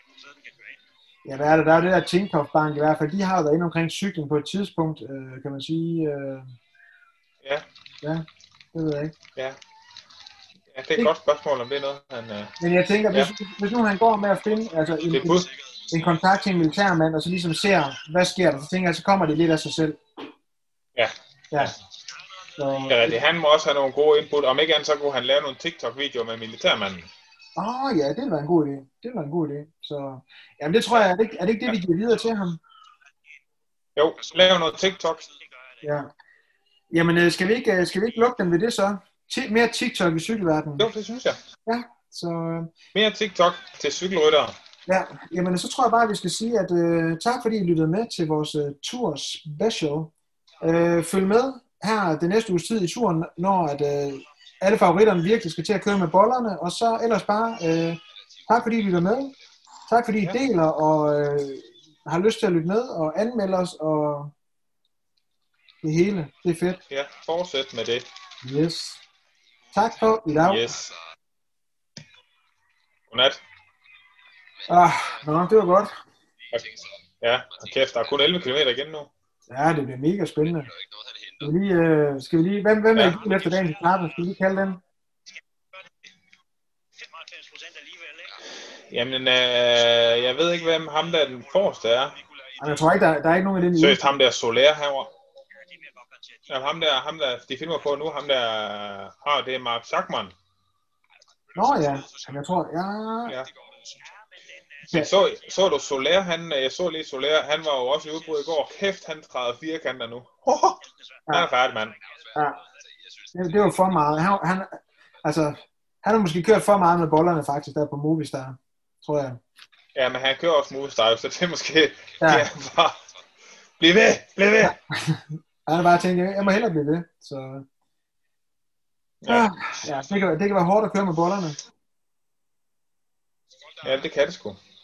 ja hvad er det, der er jo det der Tinkoff Bank i hvert fald, de har jo været inde omkring cykling på et tidspunkt, øh, kan man sige. Øh, ja. Ja, det ved jeg ikke. Ja. Ja, det er et godt spørgsmål, om det er noget, han... Øh... Men jeg tænker, hvis, ja. hvis nu han går med at finde altså, en, en, en kontakt til en militærmand, og så ligesom ser, hvad sker der, så tænker jeg, så kommer det lidt af sig selv. Ja. Ja. Så... ja det, han må også have nogle gode input. Om ikke andet, så kunne han lave nogle TikTok-videoer med militærmanden. Åh oh, ja, det ville være en god idé. Det ville være en god idé. Så... Jamen det tror jeg, er det, er det ikke det, vi giver videre til ham? Jo, lave noget TikTok. Ja. Jamen skal vi ikke, skal vi ikke lukke dem ved det så? Mere TikTok i cykelverdenen. Jo, det synes jeg. Ja, så... Mere TikTok til cykelryttere. Ja, jamen så tror jeg bare, at vi skal sige, at uh, tak fordi I lyttede med til vores uh, Tour Special. Uh, følg med her det næste uges tid i turen, når at, uh, alle favoritterne virkelig skal til at køre med bollerne. Og så ellers bare, uh, tak fordi I lytter med. Tak fordi I ja. deler og uh, har lyst til at lytte med og anmelde os og det hele. Det er fedt. Ja, fortsæt med det. Yes. Tak for i dag. Yes. Godnat. Ah, nå, det var godt. Ja, og kæft, der er kun elleve kilometer igen nu. Ja, det bliver mega spændende. Skal vi lige, øh, skal vi lige hvem, hvem er ja. I efter dagens etape? Skal vi lige kalde den? Jamen, øh, jeg ved ikke, hvem ham der den forreste er. Jamen, jeg tror ikke, der, der er ikke nogen af den i. Seriøst, ham der Soler herovre. Jamen, ham der, ham der, de filmer på nu, ham der, ah, det er Mark Schachmann. Nå ja, jeg tror, ja. Ja, Men så, så du Soler, han, jeg så lige Soler, han var jo også i udbrud i går. Kæft, han træder firekanter nu. Han er færdig, mand. Ja. Det, det var for meget. Han, han, altså, han har måske kørt for meget med bollerne faktisk der på Movistar, tror jeg. Ja, men han kører også Movistar, så det er måske... Ja. Ja, bare... Bliv ved! Bliv ved! Han har bare tænkt, jeg må hellere blive ved. Så... Ja, ja det, kan, det kan være hårdt at køre med bollerne. Ja, det kan det sgu.